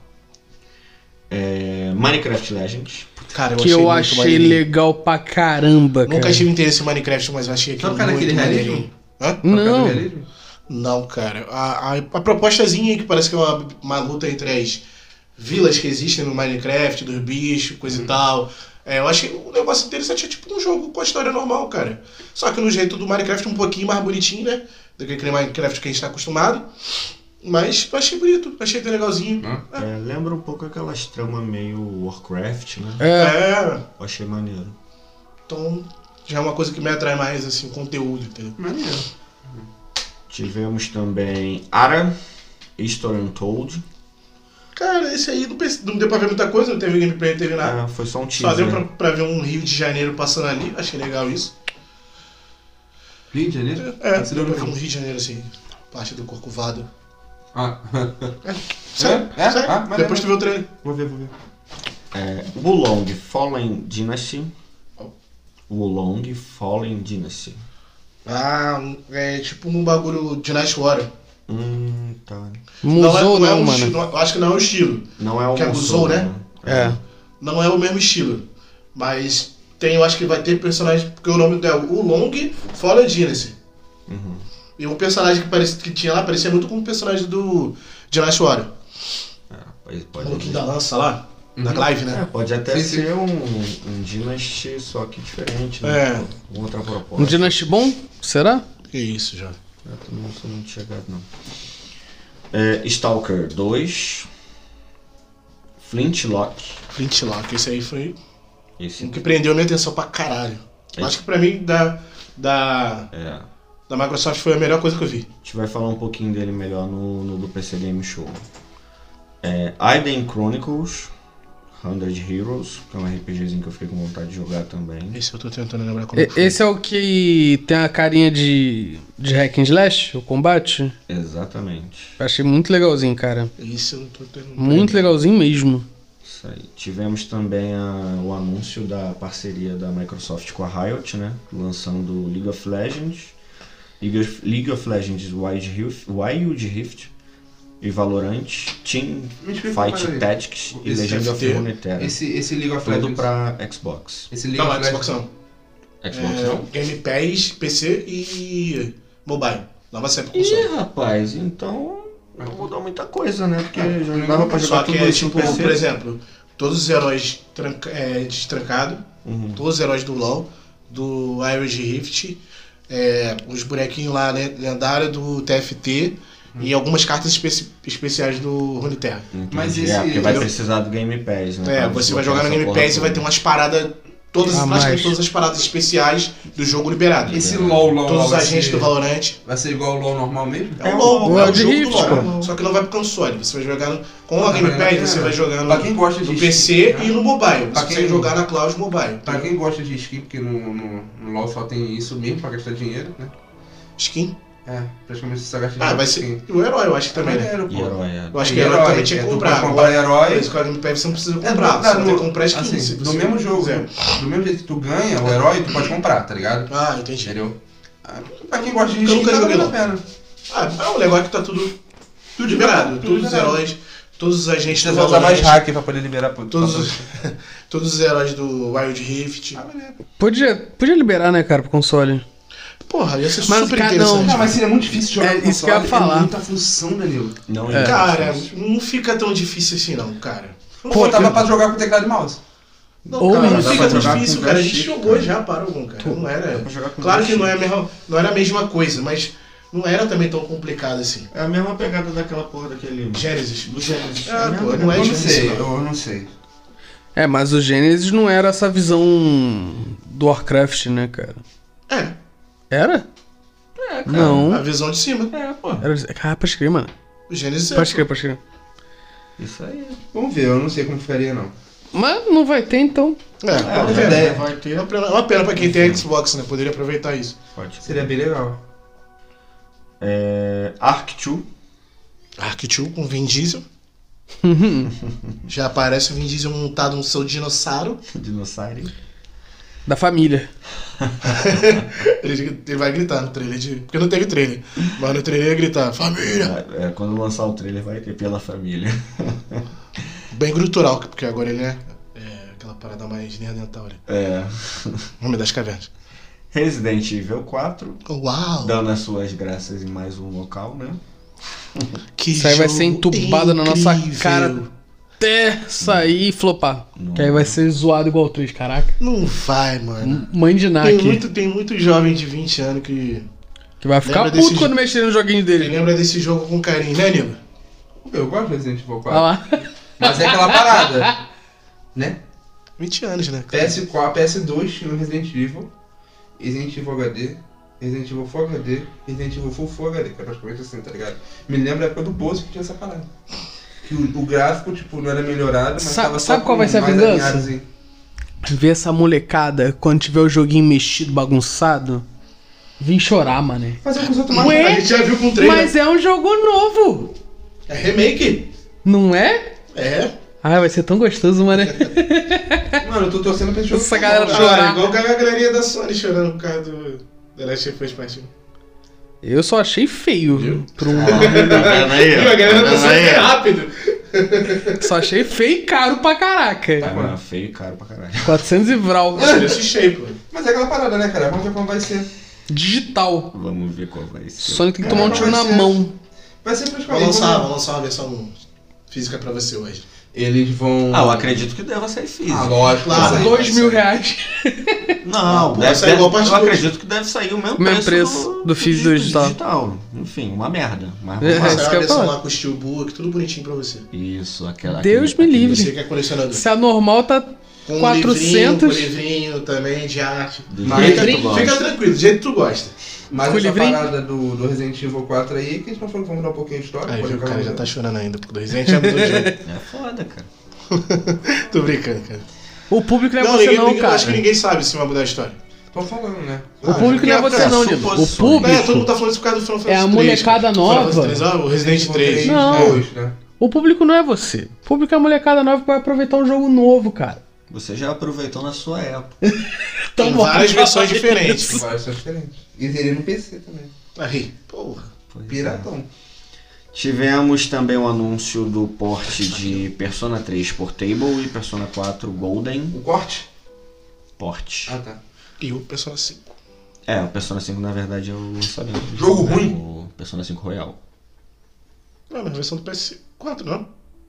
Minecraft Legends. Cara, Que eu muito achei maneirinho. legal pra caramba, cara. Nunca tive interesse em Minecraft, mas eu achei aquilo Sabe, cara, muito aquele realismo? maneirinho. Hã? Não. Realismo? Não, cara. A propostazinha que parece que é uma luta entre as vilas que existem no Minecraft, dos bichos, coisa e tal. Eu achei um negócio interessante, é tipo um jogo com a história normal, cara. Só que no jeito do Minecraft um pouquinho mais bonitinho, né? Do que aquele Minecraft que a gente tá acostumado. Mas eu achei bonito, achei até legalzinho. Lembra um pouco aquelas tramas meio Warcraft, né? Eu achei maneiro. Então já é uma coisa que me atrai mais, assim, conteúdo, entendeu? Maneiro. Tivemos também Ara, History Untold. Cara, esse aí não deu pra ver muita coisa, não teve gameplay, não teve nada. Foi só um teaser. Só deu pra ver um Rio de Janeiro passando ali, achei legal isso. Rio de Janeiro? Deu Você deu pra ver no um Rio de Janeiro assim, parte do Corcovado. Ah, Sério? É? Sério? Ah, maneiro. Depois tu vê o trailer. vou ver. Wulong Fallen Dynasty. Wulong Fallen Dynasty. É tipo um bagulho de Night Warrior. Tá. Musou não, um mano. estilo, eu acho que não é o estilo. Não é o Que abusou, né? É. Não é o mesmo estilo. Mas eu acho que vai ter personagem, porque o nome dela é Wulong Fallen Dynasty. Uhum. E um personagem que tinha lá parecia muito com o personagem do de Night Warrior. O Pode, maluquinho da lança lá, da Clive, né? pode até Sim, sim. ser um Dynasty, só que diferente, né? Com outra proposta. Um Dynasty bom? Será? Que isso, já. Eu também não sou muito chegado, não. Stalker 2. Flintlock. Flintlock, esse aí foi Esse o que prendeu minha atenção pra caralho. Eu acho que pra mim, da da Microsoft foi a melhor coisa que eu vi. A gente vai falar um pouquinho dele melhor no do PC Game Show. Aiden Chronicles, 100 Heroes, que é um RPGzinho que eu fiquei com vontade de jogar também. Esse eu tô tentando lembrar como foi. Esse é o que tem a carinha de hack and slash, o combate? Exatamente. Eu achei muito legalzinho, cara. Esse eu não tô tentando. Muito legalzinho mesmo. Isso aí. Tivemos também o anúncio da parceria da Microsoft com a Riot, né? Lançando League of Legends, League of Legends Wild Rift e Valorant, Team Fight Tactics e Legend of Runeterra. Esse League of Tudo Legends. pra Xbox. Esse League Não, of Xbox Legends. não. Xbox não? Game Pass, PC e mobile. Nova série pro Ih, console. rapaz, então não mudou muita coisa, né? Porque já dava pra jogar Só que tudo é isso no tipo, PC. por exemplo, todos os heróis destrancados, todos os heróis do LoL, do Wild Rift, os bonequinhos lá lendários do TFT e algumas cartas especiais do Runeterra. Entendi. Mas esse- porque vai entendeu? precisar do Game Pass, né? Pra Você vai desbloquear jogar no essa Game porra Pass e vai toda. ter umas paradas, praticamente mais. todas as paradas especiais do jogo liberado. Esse LoL Todos os vai agentes ser- do Valorant. Vai ser igual o LoL normal mesmo? É o LoL, é o Wild jogo Rift, do LoL. pô. Só que não vai pro console. Você vai jogar com a Game Pass, você vai jogar Pra quem gosta no de PC skin, e no mobile. Pra Você quem- consegue jogar na cloud mobile. Pra quem gosta de skin, porque no LoL só tem isso mesmo pra gastar dinheiro, né? Skin? Praticamente você só gasta Ah, dinheiro vai com ser. skin. E o herói, eu acho que também, né? Maneiro, pô. E herói, Eu acho E que o herói herói, também tinha que tu comprar. pode comprar herói. Mas com a Game Pass você não precisa É, comprar. Você no- tem que comprar skin. assim, se no você mesmo jogo, quiser. do mesmo jeito que tu ganha o herói, tu pode comprar, tá ligado? Ah, entendi. Entendeu? Pra quem gosta de Eu skin, nunca tá joguei valendo a LoL. pena. O legal é que tá tudo liberado. Todos os heróis, todos os agentes Você do vai usar mais Valorant, hack pra poder liberar pro todos os heróis do Wild Rift. Podia liberar, né, cara, pro console. Porra, ia ser Mas, super cara, interessante. Não, mas seria muito difícil jogar no isso que eu ia console, falar. É muita função, Danilo. Não, Cara, não fica tão difícil assim não, cara. Pô, tava pra jogar com teclado e mouse. Não, Ou cara, não não dá fica pra tão jogar difícil, com cara. A joystick, gente jogou cara. já para algum, cara. Não era. Dá pra jogar com Claro que joystick. não era a mesma coisa, mas não era também tão complicado assim. É a mesma pegada daquela porra daquele... Gênesis. Do Genesis. Ah, a mesma pô, pegada. não é Eu não difícil, sei, não. eu não sei. Mas o Genesis não era essa visão do Warcraft, né, cara? Era? É, cara. Não. A visão de cima. É, pô. Cara, pode crer, mano. O Gênesis Pode crer. Isso aí. Vamos ver, eu não sei como ficaria, não. Mas não vai ter, então. Vamos ver. ideia. Vai ter. É uma pena pra quem tem Xbox, né? Poderia aproveitar isso. Pode ser. Seria bem legal. Ark 2. Ark 2 com Vin Diesel. Já aparece o Vin Diesel montado no seu dinossauro. Dinossauro. Da família. Ele vai gritar no trailer. Porque não teve trailer. Mas no trailer ele ia gritar: família! Quando lançar o trailer vai ter pela família. Bem grutural, porque agora ele é aquela parada mais neandertal ali. Homem das cavernas. Resident Evil 4. Uau! Dando as suas graças em mais um local, né? Que Isso aí vai ser jogo entubado na nossa incrível. cara até sair e flopar. Não. Que aí vai ser zoado igual o 3, caraca. Não vai, mano. Mãe de Nak. Tem muito jovem de 20 anos que Que vai ficar Lembra puto desse quando mexer no joguinho dele. lembra desse jogo com carinho, né, Nilo? Eu gosto de Resident Evil 4. Olha lá. Mas é aquela parada, né? 20 anos, né? PS4, PS2 tinha o Resident Evil, Resident Evil HD, Resident Evil Full HD, Resident Evil Full HD, que é praticamente assim, tá ligado? Me lembra a época do Bozo que tinha essa parada. Que o gráfico, tipo, não era melhorado, mas Sabe- tava só sabe qual vai ser a mais vingança? alinhadozinho. Ver essa molecada quando tiver o joguinho mexido, bagunçado. Vim chorar, mané. Fazer com os outros Ué? mais. A gente já viu com o trailer. Mas é um jogo novo. É remake. Não é? É. Ai, vai ser tão gostoso, mané. Mano, eu tô torcendo pra esse jogo. Essa galera ficar bom, chorar. Ah, igual a galerinha da Sony chorando por causa do The Last of Us Part 1. Eu só achei feio. Viu? Por um... Tá vendo aí? A galera Tá da vendo Sony aí? é rápido. Só achei feio e caro pra caraca. Tá feio e caro pra caralho. 400 e vral. Esse shape, mano. Mas é aquela parada, né, cara? Vamos ver como vai ser. Digital. Vamos ver qual vai ser. Sonic tem que tomar um Vai tiro na ser. mão. Vai ser Vou praticamente. lançar uma versão física pra você hoje. Eles vão. Eu acredito que deva sair físico. Lógico. Claro. vai R$ sair. 2.000. Não, vai sair igual parte eu dois. acredito que deve sair o mesmo preço do físico digital. Enfim, uma merda. Mas É, vamos Vai isso sair que uma eu ia versão falar. lá com estilo book, tudo bonitinho pra você. Isso, aquela. Deus me livre. Você que é colecionador. Se a normal tá Com 400. livrinho também de arte. Mas Fica tranquilo, do jeito que tu gosta. Mas Com essa livrinho? parada do Resident Evil 4 aí, que a gente tá falando que vamos dar um pouquinho de história. Aí, pode o acabar cara já mudando. tá chorando ainda, porque do Resident Evil do jogo. É foda, cara. Tô brincando, cara. O público não é Não, você ninguém, não, ninguém- cara. acho que ninguém sabe se vai mudar a história. Tô falando, né? O público não é você não, Nilo. O suposições. Todo mundo público tá falando isso por causa do Final Fantasy é a 3, molecada cara. nova. Final Fantasy 3, o Resident 3. Não. Dois, né? O público não é você. O público é a molecada nova que vai aproveitar um jogo novo, cara. Você já aproveitou na sua época. Tem várias versões diferentes. Várias são diferentes. E teria no PC também. Aí, porra. Pois é. Piratão. Tivemos também o anúncio do porte de Persona 3 Portable e Persona 4 Golden O corte? Port. Ah, tá. E o Persona 5. É, o Persona 5 na verdade é o lançamento. do Jogo né? ruim? O Persona 5 Royal. Não, mas a versão do PS4, não?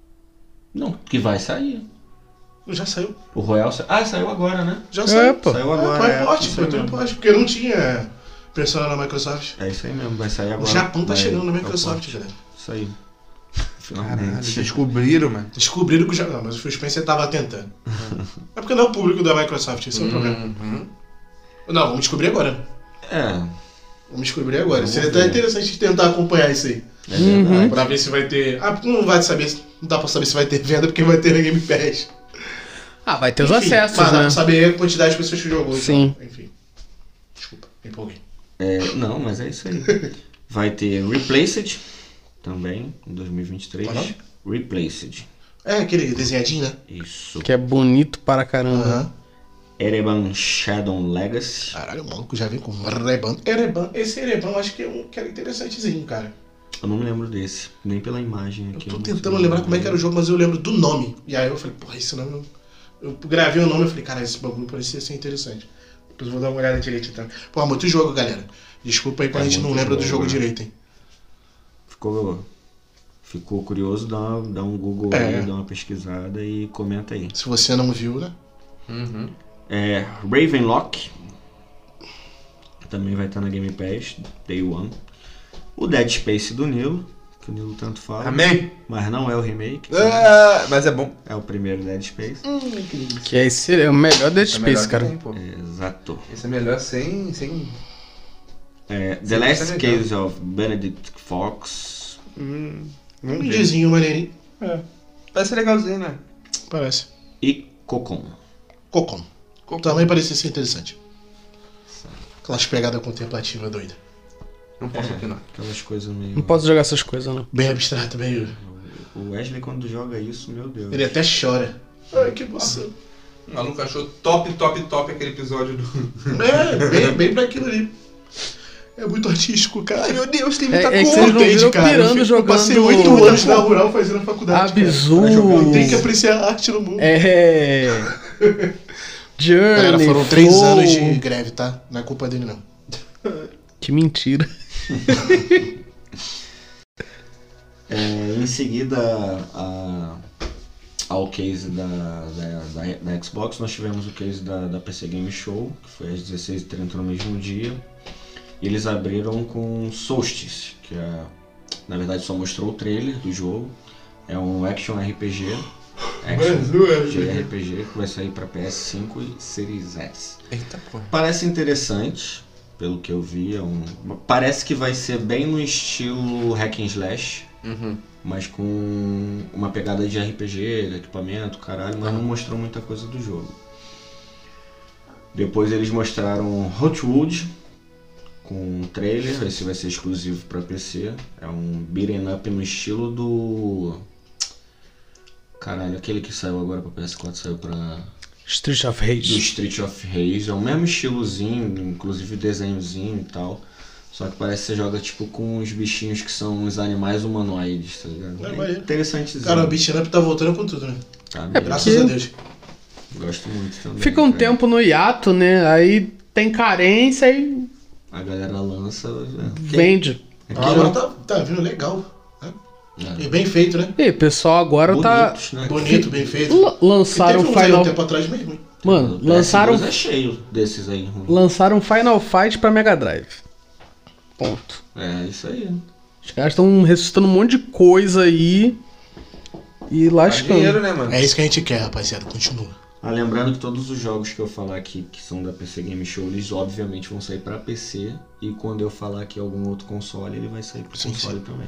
Não, que vai sair. Já saiu. O Royal saiu agora, né? Já É, saiu. pô. Saiu agora. Foi é, porte, isso foi aí tudo mesmo. porte, porque não tinha Persona na Microsoft. É isso aí mesmo, vai sair agora. O Japão tá Vai- chegando na é o Microsoft, porte. galera. Isso aí. Caralho, Finalmente. descobriram, mano. Descobriram que o Japão. Mas o Phil Spencer tava tentando. É porque não é o público da Microsoft, esse é o problema. Uhum. Não, vamos descobrir agora. É, Vamos descobrir agora. Vamos Seria ver. até interessante tentar acompanhar isso aí. é verdade. Pra ver se vai ter. Ah, não vai saber. Não dá pra saber se vai ter venda porque vai ter na Game Pass. Ah, vai ter os Enfim, acessos, mas dá né? pra saber a quantidade de pessoas que jogou. Sim. Então, enfim. Desculpa, me empolguei. É, não, mas é isso aí. Vai ter Replaced também, em 2023. Qual é o nome? Replaced. É aquele desenhadinho, né? Isso. Que é bonito para caramba. Aham. Ereban Shadow Legacy. Caralho, o maluco já vem com Ereban. Ereban. Esse Ereban eu acho que é um que era interessantezinho, cara. Eu não me lembro desse, nem pela imagem Eu aqui. tô não tentando sei. lembrar como é que era o jogo, mas eu lembro do nome. E aí eu falei, porra, esse nome. Eu gravei o nome e falei, cara, esse bagulho parecia ser interessante. Depois eu vou dar uma olhada direito então. Pô, muito jogo, galera. Desculpa aí quando É a gente não muito lembra do jogo, jogo né? direito, hein? Ficou curioso, dá um Google É. aí, dá uma pesquisada e comenta aí. Se você não viu, né? Uhum. É, Ravenlock. Também vai estar na Game Pass, Day One. O Dead Space do Nilo, que o Nilo tanto fala. Amém? Mas não é o remake. Ah, mas é bom. É o primeiro Dead Space. Que é esse é o melhor Dead É melhor Space, que cara. tem, pô. Exato. Esse é melhor sem... É, The Sim, Last isso é legal. Case of Benedict Fox. Um Vamos ver. indiezinho maneirinho. Vai ser legalzinho, né? Parece. E Cocon. Cocon. Também parecia ser interessante. Aquelas pegadas contemplativas doidas. Não posso aqui, não. Aquelas coisas meio... Não posso jogar essas coisas, não. Bem abstrato, meio. O Wesley quando joga isso, meu Deus. Ele até chora. Ai, que emoção. O maluco achou top aquele episódio do... É, bem pra aquilo ali. É muito artístico, cara. Ai, meu Deus, tem É, muita é que cor. vocês não Entende, viram cara? pirando Eu passei jogando 8 anos na rural fazendo a faculdade. Abzu. Cara. Eu tenho que apreciar a arte no mundo. É. Journey. Galera, foram 3 Flow. anos de greve, tá? Não é culpa dele, não. Que mentira. Em seguida ao case da Xbox, nós tivemos o case da PC Game Show, que foi às 16h30 no mesmo dia. E eles abriram com Solstice, que na verdade só mostrou o trailer do jogo. É um action RPG. RPG que vai sair para PS5 e Series S. Eita, porra. Parece interessante, pelo que eu vi. Parece que vai ser bem no estilo hack and slash, Uhum. mas com uma pegada de RPG, equipamento, caralho, mas não mostrou muita coisa do jogo. Depois eles mostraram Hotwood com um trailer, esse vai ser exclusivo para PC. É um beat'em up no estilo do... Caralho, aquele que saiu agora pra PS4 saiu pra... Street of Do Rage. Street of Rage, é o mesmo estilozinho, inclusive desenhozinho e tal. Só que parece que você joga tipo com os bichinhos que são os animais humanoides, tá ligado? É maneiro. Interessantezinho. Cara, o Beat'em Up tá voltando com tudo, né? Tá bem. Graças a Deus. Gosto muito também. Fica um cara. tempo no hiato, né? Aí tem carência e A galera lança. vende. Agora tá vindo legal. Né? E bem feito, né? E o pessoal agora tá. Bonitos, né? Bonito, bem feito. Lançaram E o teve uns aí Final. um tempo atrás meio ruim. Mano, O lançaram. PS2 é cheio desses aí. ruim. Lançaram Final Fight pra Mega Drive. Ponto. É, isso aí. Os caras estão ressuscitando um monte de coisa aí. E Dá lascando. dinheiro, né, mano? É isso que a gente quer, rapaziada. Continua. Lembrando que todos os jogos que eu falar aqui, que são da PC Game Show, eles obviamente vão sair pra PC. E quando eu falar aqui algum outro console, ele vai sair pro console também.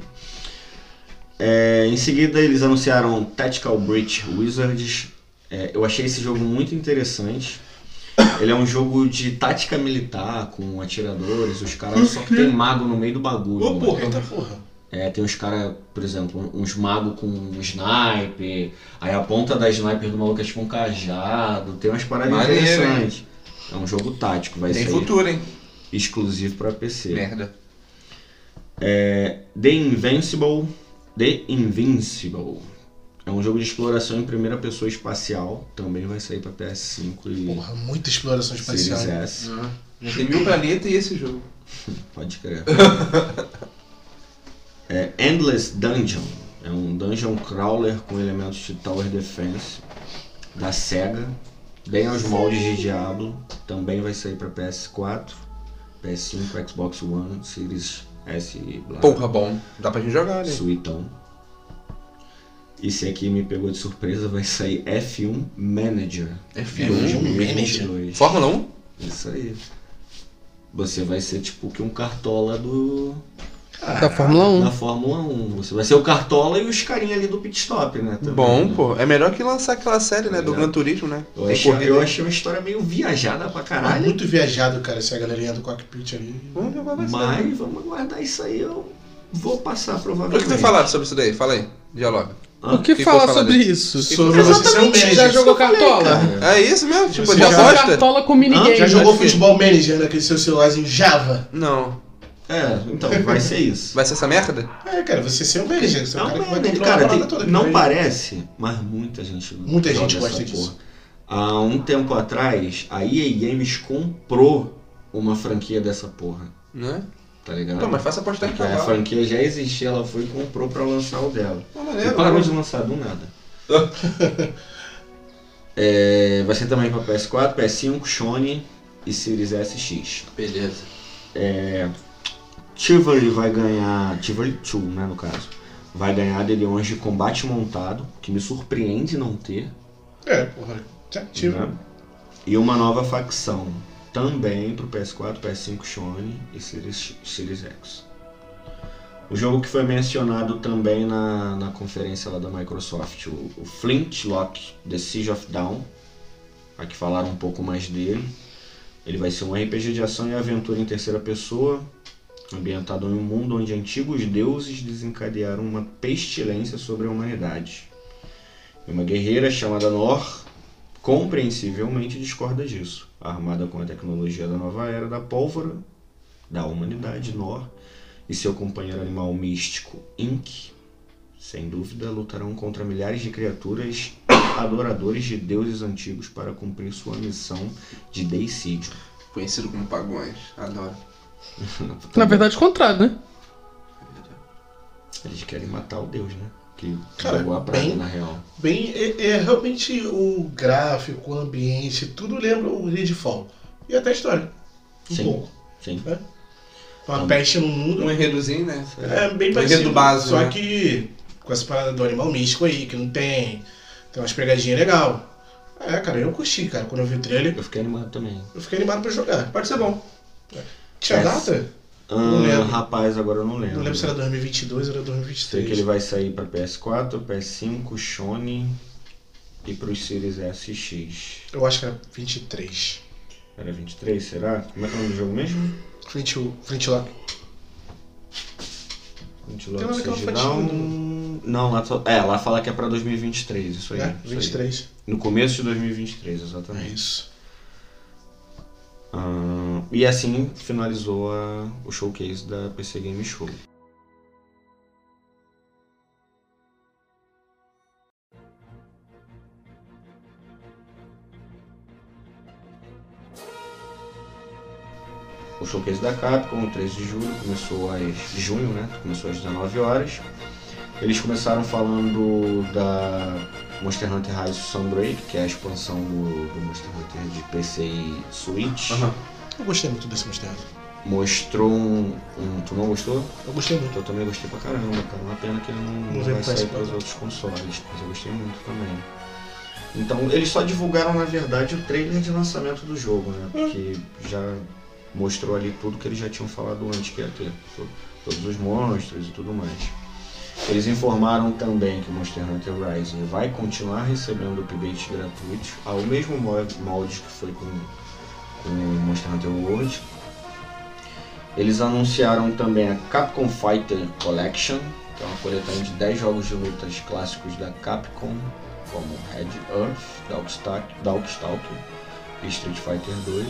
Em seguida, eles anunciaram Tactical Breach Wizards. Eu achei esse jogo muito interessante. Ele é um jogo de tática militar, com atiradores, os caras só que tem mago no meio do bagulho. Ô, porra, eita porra. Tem uns caras, por exemplo, uns magos com um sniper, aí a ponta da sniper do maluco é tipo um cajado, tem umas paradas interessantes. É um jogo tático, vai ser futuro, hein? exclusivo pra PC. Merda. The Invincible. É um jogo de exploração em primeira pessoa espacial, também vai sair pra PS5 e Porra, muita exploração espacial. Series S. Já tem 1000 planetas e esse jogo. Pode crer. Endless Dungeon. É um dungeon crawler com elementos de Tower Defense da SEGA, bem aos moldes de Diablo. Também vai sair para PS4, PS5, Xbox One, Series S e blá. Porra, bom. Dá pra gente jogar, né? Suitão. Esse aqui me pegou de surpresa, vai sair F1 Manager. F1 2022. Fórmula 1? Isso aí. Você vai ser tipo que um cartola Da Fórmula 1. da Fórmula 1. Você vai ser o cartola e os carinha ali do pit stop, né? Também, Bom, né? pô. É melhor que lançar aquela série, né? Do É. Gran Turismo, né? Eu Tem achei, corrida. eu achei uma história meio viajada pra caralho. Muito viajado, cara, essa galerinha do cockpit ali. Vamos ver qual vai ser. Mas vamos aguardar isso aí. Eu vou passar O provavelmente. que tu falaram sobre isso daí? Fala aí. Dialoga. O que que falar foi sobre falado? isso? Sobre você ser um manager. Já jogou Cartola? É isso mesmo? Tipo, Você de já Já aposta? Cartola com minigame. Já jogou né? futebol manager naquele seu celularzinho Java? Não. Então, vai ser isso. Vai ser essa merda? Cara, você ser um manager. Você é o cara que vai Não, controlar a cara, parada toda. não que vai- parece, mas muita gente joga gente gosta essa disso. porra. Há um tempo atrás, a EA Games comprou uma franquia dessa porra, Né? tá ligado? Pô, mas faça apostar em Porque a cavalo. franquia já existia, ela foi e comprou pra lançar o dela. Pô, E maneiro, parou né? de lançar do nada. Vai ser também pra PS4, PS5, Sony e Series SX. Beleza. Chivalry vai ganhar, Chivalry 2, né, no caso, vai ganhar leões de combate montado, que me surpreende não ter, Porra. Já tive. né? E uma nova facção, também pro PS4, PS5, Sony e Series X. O jogo que foi mencionado também na conferência lá da Microsoft, o Flintlock, The Siege of Dawn, aqui falaram um pouco mais dele. Ele vai ser um RPG de ação e aventura em terceira pessoa, ambientado em um mundo onde antigos deuses desencadearam uma pestilência sobre a humanidade. E uma guerreira chamada Nor, compreensivelmente, discorda disso. Armada com a tecnologia da nova era da pólvora da humanidade, Nor e seu companheiro animal místico, Ink, sem dúvida, lutarão contra milhares de criaturas adoradores de deuses antigos para cumprir sua missão de deicídio. Conhecido como pagões. Adoro. Na verdade, o contrário, né? Eles querem matar o deus, né? Que Cara, jogou a praga bem- na real. Bem, realmente o gráfico, o ambiente, tudo lembra o Redfall. E até a história. Um Sim. pouco. Sim. Uma peste no mundo. Um enredozinho, né? É bem Um parecido. enredo básico, Só né? que com essa parada do animal místico aí, que não tem. Tem umas pegadinhas legal. Cara, eu curti, cara. Quando eu vi o trailer, Eu fiquei animado também. eu fiquei animado pra jogar. Pode ser bom. Tinha data? Não lembro. Rapaz, agora eu não lembro. Não lembro se era 2022 ou era 2023. Sei que ele vai sair pra PS4, PS5, Sony e pros Series S e X. Eu acho que era 23. Era 23, será? Como é que é o nome do jogo mesmo? Flintlock. Ventilador Tem uma daquela Down. Não, lá fala que é pra 2023, isso aí. É, isso aí. 23. No começo de 2023, É exatamente. isso. E assim finalizou o showcase da PC Game Show. O showcase da Capcom, 13 de julho, de junho, né? Começou às 19 horas. Eles começaram falando da Monster Hunter Rise Sunbreak, que é a expansão do Monster Hunter de PC e Switch. Eu gostei muito desse Monster Hunter. Mostrou Tu não gostou? Eu gostei muito. Eu também gostei pra caramba, cara. Uma pena que ele não Não veio vai pro sair PS4. para os outros consoles, mas eu gostei muito também. Então eles só divulgaram, na verdade, o trailer de lançamento do jogo, né? Porque já mostrou ali tudo que eles já tinham falado antes que ia ter. Todos os monstros e tudo mais. Eles informaram também que o Monster Hunter Rising vai continuar recebendo updates gratuitos ao mesmo molde que foi com o Monster Hunter World. Eles anunciaram também a Capcom Fighter Collection, que é uma coletânea de 10 jogos de lutas clássicos da Capcom, como Red Earth, Darkstalker e Street Fighter 2.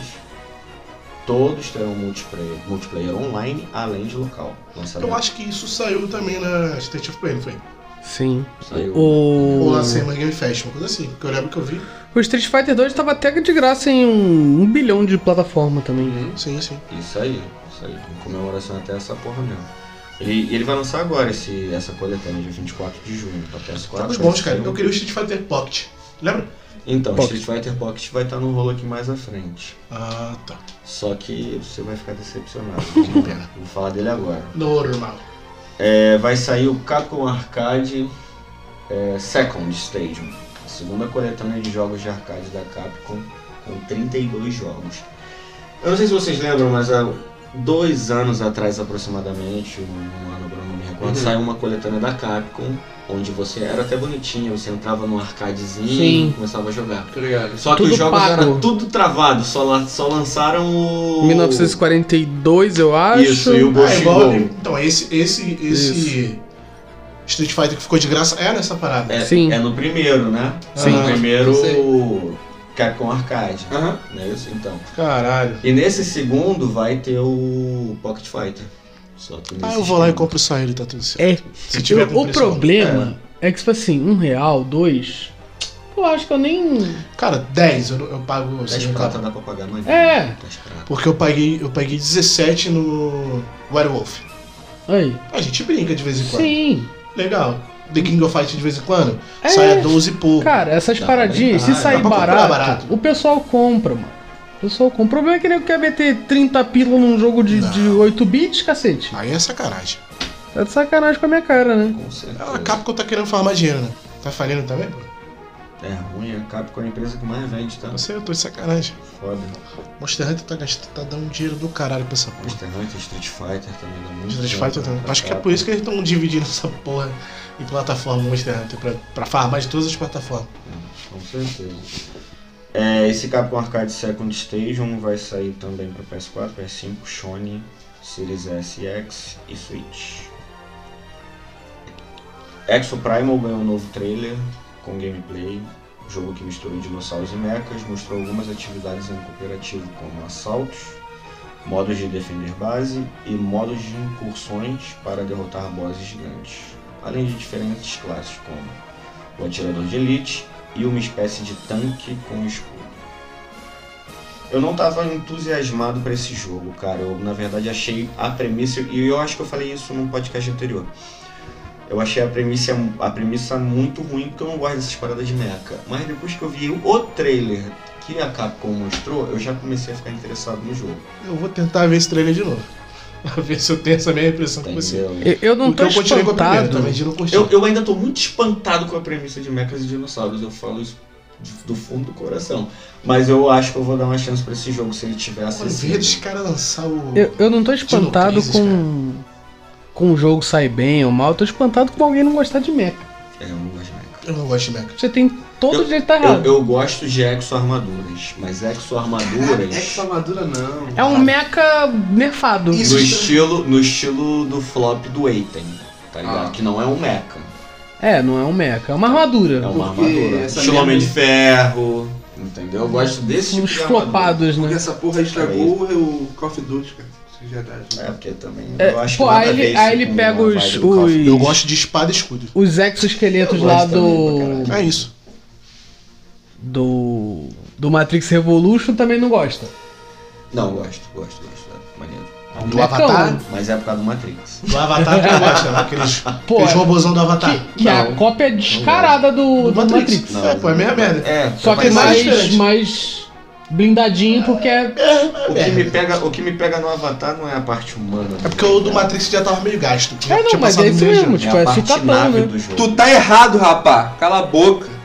Todos terão multiplayer online, além de local. Eu acho que isso saiu também na State of Play, não foi? Sim. Saiu. Ou na Summer Game Fest, uma coisa assim, porque eu lembro que eu vi. O Street Fighter 2 tava até de graça em 1 bilhão de plataforma também. Sim, sim. Isso aí, em comemoração até essa porra mesmo. Ele vai lançar agora essa coletânea, dia 24 de junho, pra PS4. Jogos bons, cara. Eu queria o Street Fighter Pocket. Lembra? Então, Pocket. Street Fighter Pocket vai estar no rolo aqui mais à frente. Ah, tá. Só que você vai ficar decepcionado. Pena. Vou falar dele agora. Normal. Vai sair o Capcom Arcade Second Stage, a segunda coletânea de jogos de arcade da Capcom, com 32 jogos. Eu não sei se vocês lembram, mas há 2 anos atrás aproximadamente, um ano agora não me recordo, saiu uma coletânea da Capcom, onde você era até bonitinho, você entrava num arcadezinho Sim. e começava a jogar. Obrigado. Só que Tudo os jogos pago. eram tudo travado, só lançaram o... 1942, eu acho. Isso, e o Ghost igual. Goal. Então, esse Street Fighter que ficou de graça é nessa parada. Sim. É no primeiro, né? Sim. No primeiro Eu Capcom Arcade. Aham. Não é isso? Então. Caralho. E nesse segundo vai ter o Pocket Fighter. Só que nesse Eu vou lá e segundo- compro o Sailor, tá tudo certo. É. Se tiver com O preço problema é que, tipo assim, R$1, 2. Eu acho que eu nem. Cara, 10 eu pago 10 assim, prata cara. dá pra pagar mais. É. 10 prata. Porque eu paguei 17 no Werewolf. Aí. A gente brinca de vez em quando. Sim. Legal. The King of Fight de vez em quando É. sai a 12 e pouco. Cara, essas Dá pra paradinhas, se brincar, sair dá pra comprar barato, barato. o pessoal compra, mano. O pessoal compra. O problema é que nem quer meter 30 pila num jogo de Não. 8 bits, cacete. Aí é sacanagem. Tá de sacanagem com a minha cara, né? Com certeza. A Capcom tá querendo farmar dinheiro, né? Tá falindo também, pô? É ruim, a Capcom é a empresa que mais vende, tá? Não sei, eu tô de sacanagem. Foda. Monster Hunter tá dando dinheiro do caralho pra essa porra. Monster Hunter, Street Fighter também dá muito. Street dinheiro Fighter também. pra Acho que é Capcom. por isso que eles estão dividindo essa porra em plataforma Monster Hunter, pra farmar de todas as plataformas. Com certeza. Esse Capcom Arcade Second Station vai sair também para PS4, PS5, Sony, Series S e X e Switch. Exo Primal ganhou um novo trailer com gameplay, jogo que mistura dinossauros e mechas, mostrou algumas atividades em cooperativo como assaltos, modos de defender base e modos de incursões para derrotar bosses gigantes, além de diferentes classes como o atirador de elite e uma espécie de tanque com escudo. Eu não estava entusiasmado para esse jogo, cara. Eu, na verdade, achei a premissa, e eu acho que eu falei isso num podcast anterior. Eu achei a premissa muito ruim, porque eu não gosto dessas paradas de mecha. Mas depois que eu vi o trailer que a Capcom mostrou, eu já comecei a ficar interessado no jogo. Eu vou tentar ver esse trailer de novo. Pra ver se eu tenho essa mesma impressão que você. Entendeu? Eu não Porque tô eu continuei com a primeira espantado. também, de não curtir. Eu ainda tô muito espantado com a premissa de mechas e dinossauros. Eu falo isso do fundo do coração. Mas eu acho que eu vou dar uma chance pra esse jogo se ele tiver Olha, ver acessível. os caras lançar o. Eu não tô espantado Crisis, com o jogo sair bem ou mal, eu tô espantado com alguém não gostar de mecha. Eu não gosto de mecha. Eu não gosto de mecha. Você tem todo o jeito tá errado. Eu gosto de exo-armaduras, mas exo-armaduras Ex-armadura não. É um mecha nerfado. Isso. no estilo do flop do Eiten, tá ligado? Ah. Que não é um mecha, É, não é um mecha, é uma armadura. é uma Porque armadura. essa Estilo Homem de merda- Ferro, entendeu? Eu gosto desse tipo Uns de armadura. flopados, Porque né? essa porra estragou o Call of Duty, cara. Isso é verdade. É, porque também É, eu acho pô, que nada aí a ver ele- isso aí ele com pega a vibe os- do Call of Duty. Eu gosto de espada e escudo. Os exoesqueletos Eu lá gosto também pra É isso. do Matrix Revolution também não gosta. Não, gosto, é maneiro. É um Do mecão, Avatar? né? Mas é por causa do Matrix. Do Avatar que eu gosto, né? Aqueles Pô, robôzão do Avatar. Que é a Não. cópia descarada do Matrix. Não, É, pô, é a mesma merda. É, Só que Mas é mais, diferente. mais blindadinho, porque é. o que me pega no Avatar não é a parte humana. É porque o do Matrix já tava meio gasto. É, não, mas é isso mesmo, tipo, é é a parte sucatão, nave né? do jogo. Tu tá errado, rapá. Cala a boca.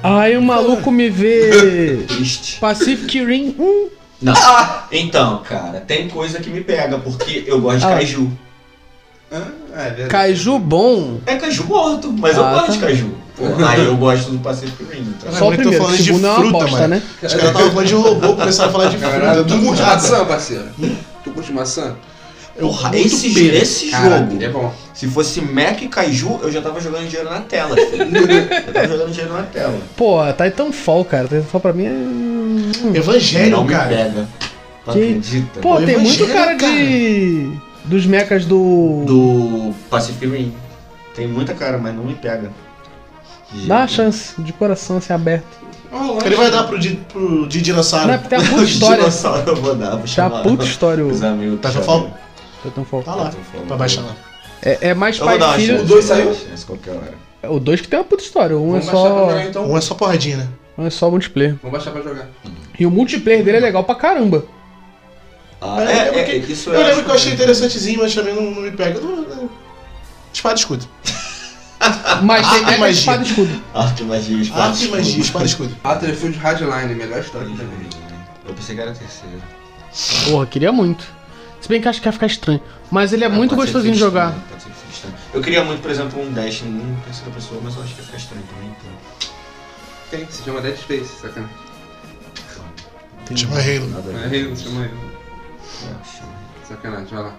Aí o maluco me vê Triste. Pacific Rim. Não. Então, cara, tem coisa que me pega, porque eu gosto de kaiju. É verdade. Kaiju bom. É kaiju morto, mas eu gosto de kaiju. Aí eu gosto do Pacific Rim. Então. Só o eu tô primeiro, falando o de segundo é uma fruta, bosta, mano. né? Os caras estavam falando de robô, começaram a falar de fruta. Caralho, tu do curte nada. maçã, parceiro? Tu curte maçã? Porra, muito esse pera. jogo, Ele é bom. se fosse Mac e Kaiju, eu já tava jogando dinheiro na tela, filho. Eu tava jogando dinheiro na tela. Pô, Titanfall, cara. Titanfall pra mim é. Evangelho, Não me cara. pega. Tu Que- acredita? Pô, Pô, tem muito Evangelho, cara de. Dos mechas do. Do Pacific Rim. Tem muita cara, mas não me pega. Dá a chance, de coração assim aberto. Ele vai dar pro dinossauro. Não é porque tem a puta história. Dinossauro eu vou dar, vou Tem a chamar. puta história Os o amigos. Titanfall? Titanfall. Tá lá, Titanfall. pra baixar lá. É mais Eu vou pai dar e uma filho. chance, O dois eu vou dar saiu? uma chance qualquer hora. O 2 que tem uma puta história. Um é Vamos baixar pra só. jogar então. Um é só porradinha, né? Um é só multiplayer. Vamos baixar pra jogar. E o multiplayer dele é legal pra caramba. Ah, Eu lembro que- isso Eu lembro que eu achei muito interessantezinho, mas também não me pega. Espada e escudo. Mas tem Ah, mecha magia. de espada e escudo. Arte, magia, espada, Arte e magia, espada e escudo. Battlefield Hardline, melhor história que também. Eu pensei que era a terceira. Porra, queria muito. Se bem que acho que ia ficar estranho. Mas ele é muito Pode ser gostosinho de que fique jogar. estranho, pode ser que fique estranho. Eu queria muito, por exemplo, um Dash em terceira pessoa, mas eu acho que ia ficar estranho também. Então. Tem, se chama Dead Space, sacanagem. Chama Halo. Nada a Não é ver. Halo, chama Halo. É, chama. Sacanagem, vai lá.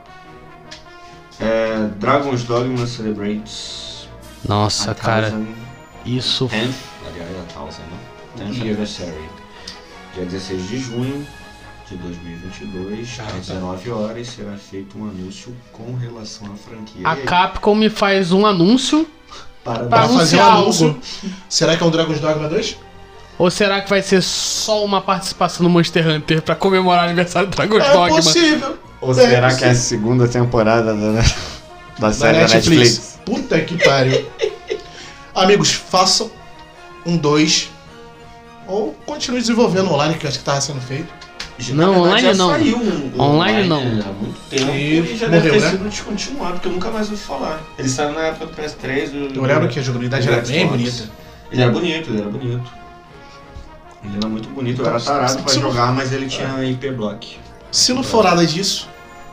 Dragon's Dogma celebrates Nossa, a cara. 1000th, Isso. aliás, a 1000th, né? 10th Anniversary. Dia 16 de junho de 2022, às 19 horas, será feito um anúncio com relação à franquia. A E aí, Capcom me faz um anúncio. para Pra Pra fazer um anunciar anúncio. algo. Será que é um Dragon's Dogma 2? Ou será que vai ser só uma participação no Monster Hunter pra comemorar o aniversário do Dragon's É Dogma? possível. Ou será que é a segunda temporada da Da série Netflix. Puta que pariu. Amigos, façam um 2. Ou continue desenvolvendo online, que eu acho que tava sendo feito. Não, online já não. Saiu Online não. há muito tempo E e já morreu, deve ter né? sido descontinuado, porque eu nunca mais ouvi falar. Ele saiu na época do PS3. Eu lembro que a jogabilidade era bem bonita. Ele era bonito, ele era bonito. Ele era muito bonito, eu era tarado pra Se não- jogar, mas ele tinha IP block. Se não for nada disso,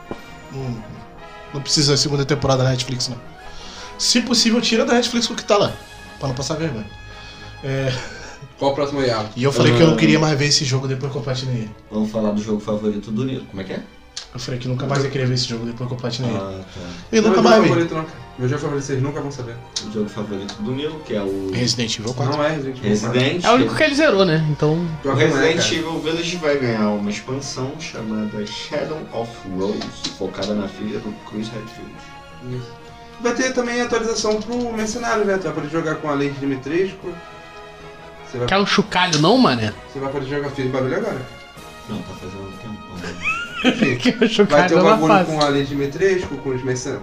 não precisa da segunda temporada da Netflix, não. Se possível, tira da Netflix o que tá lá, pra não passar vergonha. Qual o próximo Yalo? E eu falei que eu não queria mais ver esse jogo depois que eu platinei ele. Vamos falar do jogo favorito do Nilo. Como é que é? Eu falei que nunca mais ia querer ver esse jogo depois que eu platinei ele. Ah, tá. E nunca Meu mais jogo vi. favorito não, cara. Meu jogo favorito vocês nunca vão saber. O jogo favorito do Nilo, que é o Resident Evil 4. Não é Resident Evil. Resident. É o único que ele zerou, né? Então. O Pior que não é, Resident cara. Evil Village vai ganhar uma expansão chamada Shadow of Rose, focada na filha do Chris Redfield. Isso. Vai ter também atualização pro mercenário, né? Tu vai poder jogar com a Lady Dimitrescu. Você vai, Quer um chocalho, não, mané? você vai poder jogar filho de bagulho agora. Não, tá fazendo um tempão. Né? Enfim, Que um vai ter chocalho o não é bagulho fácil. com a Lady Dimitrescu, com os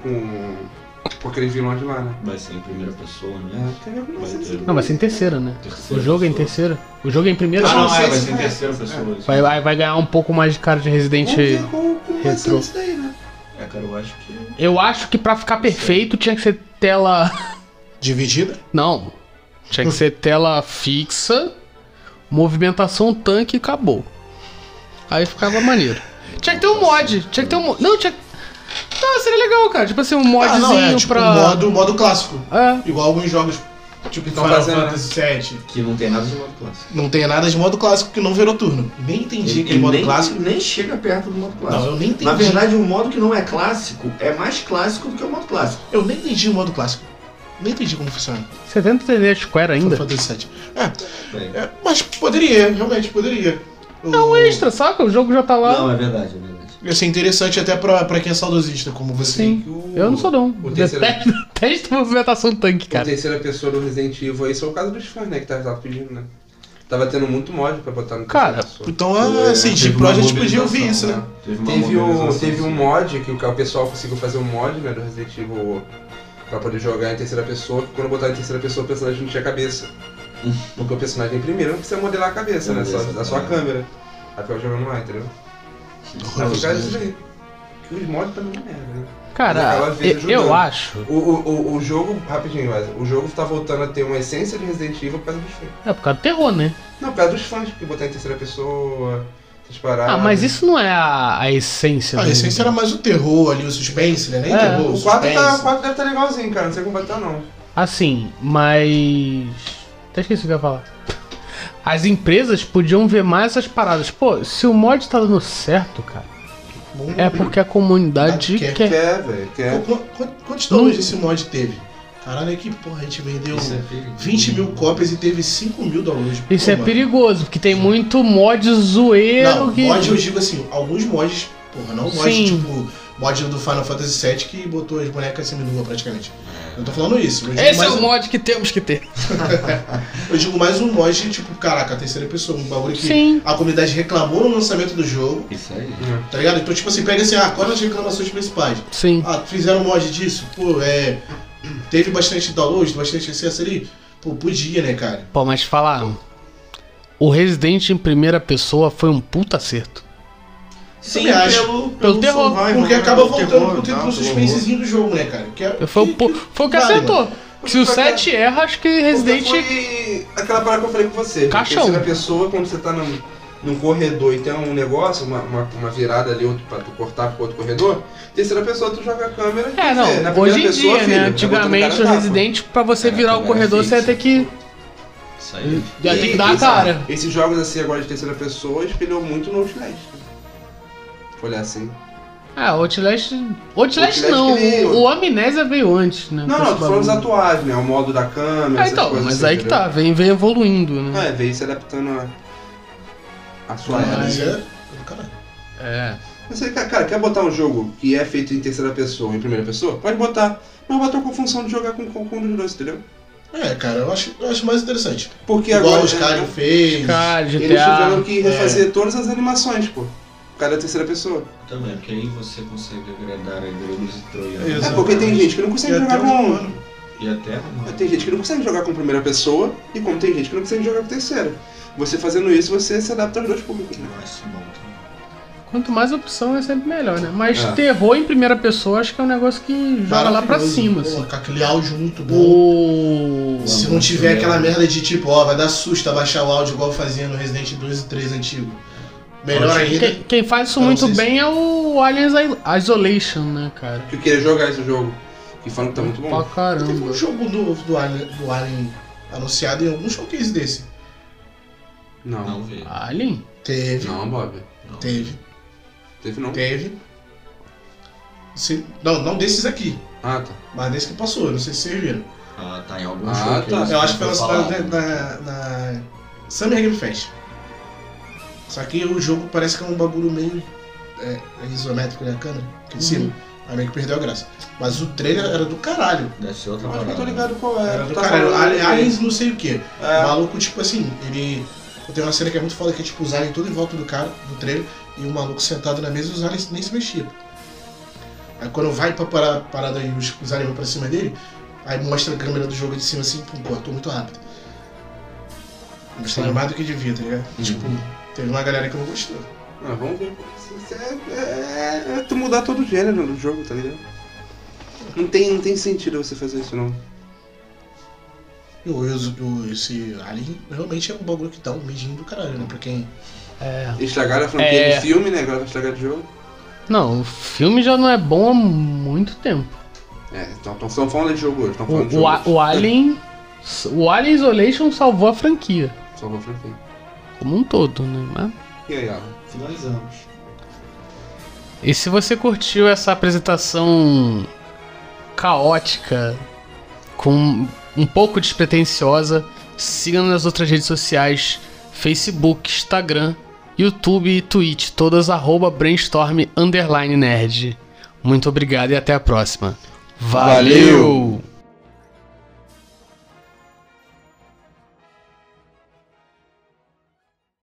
com aqueles vilões de lá, né? Vai ser em primeira pessoa, né? Quer ver como vai ser Vai isso? ter- Não, vai ser em terceira, né? Terceira O jogo é em pessoa. terceira. O jogo é em primeira. Ah, não, sei vai se ser em vai. terceira pessoa. isso. Vai ganhar um pouco mais de cara de Resident. Vamos ver como vai ser retrô. isso daí, né? É, cara, eu acho que. Eu acho que pra ficar perfeito tinha que ser tela. Dividida? Não. Tinha que ser tela fixa, movimentação tanque e acabou. Aí ficava maneiro. Tinha que ter um mod. Tinha que ter um mod. Não, tinha. Não, seria legal, cara. Tipo assim, um modzinho não, é tipo pra. modo clássico. É. Igual alguns jogos, tipo Tão Final fazendo, Fantasy VII. Que não tem nada de modo clássico. Não tem nada de modo clássico que não virou turno. Nem entendi aquele modo nem, clássico. nem chega perto do modo clássico. Não, eu nem entendi. Na verdade, o modo que não é clássico é mais clássico do que o modo clássico. Eu nem entendi o modo clássico. Nem entendi como funciona. Você tenta entender a Square ainda? Final Fantasy VII. Bem, Mas poderia, realmente poderia. É um extra, saca? O jogo já tá lá. Não, é verdade, é verdade. Ia ser interessante até pra quem é saudosista, como você. Sim. Eu não sou não. O terceiro, Detesto movimentação tanque, a cara. terceira pessoa do Resident Evil aí, isso é o caso dos fãs, né? Que tava pedindo, né? Tava tendo muito mod pra botar no Cara, terceira pessoa. Então a CD Teve uma Projekt podia ouvir mobilização, isso, né? Teve um mod que o pessoal conseguiu fazer um mod, né, do Resident Evil pra poder jogar em terceira pessoa, que quando botar em terceira pessoa o personagem não tinha cabeça. Porque o personagem em primeiro não precisa modelar a cabeça, né? Só a sua câmera. Aí ficava jogando lá, entendeu? Aí fica isso daí. que os mods também não é, né? Cara, eu acho. O jogo, rapidinho, o jogo tá voltando a ter uma essência de Resident Evil por causa dos fãs. É por causa do terror, né? Não, por causa dos fãs, porque botar em terceira pessoa, essas paradas. Ah, mas isso não é a essência. A essência era mais o terror ali, o suspense, né? Nem terror, o 4 deve estar legalzinho, cara, não sei como vai estar não. Assim, mas... Até esqueci o que eu ia falar. As empresas podiam ver mais essas paradas. Pô, se o mod tá dando certo, cara, é porque a comunidade quer. Quer, velho, quer. Quantos downloads esse mod teve? Caralho, é que porra, a gente vendeu 20 mil cópias e teve 5 mil downloads. Isso é perigoso, porque tem muito mod zoeiro. Não, mod eu digo assim, alguns mods, porra, não mod tipo mod do Final Fantasy VII que botou as bonecas semi-nua praticamente. Eu tô falando isso. Esse é o mod que temos que ter. Eu digo mais um mod tipo, caraca, a terceira pessoa, um bagulho que a comunidade reclamou no lançamento do jogo. Isso aí. Tá ligado? Então, tipo assim, pega assim, quais as reclamações principais? Sim. Fizeram um mod disso, pô, teve bastante download, bastante acesso ali. Pô, podia, né, cara? Pô, mas falar, o Resident em primeira pessoa foi um puta acerto. Sim, pelo terror. Survival, porque acaba voltando pro suspensezinho do jogo, né, cara? Foi o que acertou. Se o 7 erra, acho que Resident... Foi aquela parada que eu falei com você. Caixão. Terceira pessoa, quando você tá num corredor e tem um negócio, uma virada ali outro, pra tu cortar pro outro corredor, terceira pessoa tu joga a câmera e não, hoje em dia, filho, né? Antigamente o Resident, pra você virar o corredor, você ia ter que... Isso aí. Já tem que dar a cara. Esses jogos assim agora de terceira pessoa espelhou muito no Outlast. Olhar assim. Outlast não, o Amnésia veio antes, né? Não, tô falando dos atuais, né? O modo da câmera, essas então, coisas mas assim, aí que tá, vem evoluindo, né? Veio se adaptando a sua era. Você, cara, quer botar um jogo que é feito em terceira pessoa ou em primeira pessoa? Pode botar, mas bota com a função de jogar com os dois, entendeu? Cara, eu acho mais interessante. Porque igual agora o Skyrim fez. GTA, eles tiveram que refazer todas as animações, pô. Por causa da terceira pessoa. Também, porque aí você consegue agradar a gregos e troianos. Porque tem gente que não consegue jogar com... E até tem gente que não consegue jogar com primeira pessoa e como tem gente que não consegue jogar com terceira. Você fazendo isso, você se adapta aos dois públicos, né? Quanto mais opção é sempre melhor, né? Mas terror em primeira pessoa acho que é um negócio que joga lá pra cima, assim. Com aquele áudio muito bom. Se não tiver aquela merda de tipo, vai dar susto abaixar o áudio igual fazia no Resident 2 e 3 antigo. Melhor ainda. Quem faz isso muito bem é o Alien Isolation, né, cara? Que eu queria jogar esse jogo. Que falam que tá muito bom. Pra caramba. Teve um jogo do Alien anunciado em algum showcase desse. Não vi. Alien? Teve. Não, Bob. Teve. Teve não? Teve. Não desses aqui. Tá. Mas desse que passou, não sei se vocês viram. Tá em algum showcase. Tá. Eu acho que foi lançado na Summer Game Fest. Só que o jogo parece que é um bagulho meio isométrico na câmera, aqui de cima. Aí meio que perdeu a graça. Mas o trailer era do caralho. Deve ser outra parada. Eu tô ligado qual é. Era do caralho. Aliens não sei o que. O maluco, tipo assim, ele... Tem uma cena que é muito foda, que é tipo os aliens tudo em volta do cara, do trailer, e o maluco sentado na mesa e os aliens nem se mexiam. Aí quando vai pra parada e os aliens vão pra cima dele, aí mostra a câmera do jogo de cima assim, cortou muito rápido. Mostrando mais do que devia, tá ligado? Tipo, teve uma galera que não gostou. Vamos ver. É tu mudar todo o gênero do jogo, tá ligado? Não tem sentido você fazer isso, não. Esse Alien realmente é um bagulho que dá um medinho do caralho, né? Pra quem... Estragaram a franquia de filme, né? Agora vai estragar de jogo. Não, o filme já não é bom há muito tempo. Então estão falando de jogo hoje. O Alien Isolation salvou a franquia. Salvou a franquia. Como um todo, né? Mas... E aí, Alan? Finalizamos. E se você curtiu essa apresentação caótica, com um pouco despretensiosa, siga-nos nas outras redes sociais, Facebook, Instagram, YouTube e Twitch, todas @brainstorm_nerd. Muito obrigado e até a próxima. Valeu!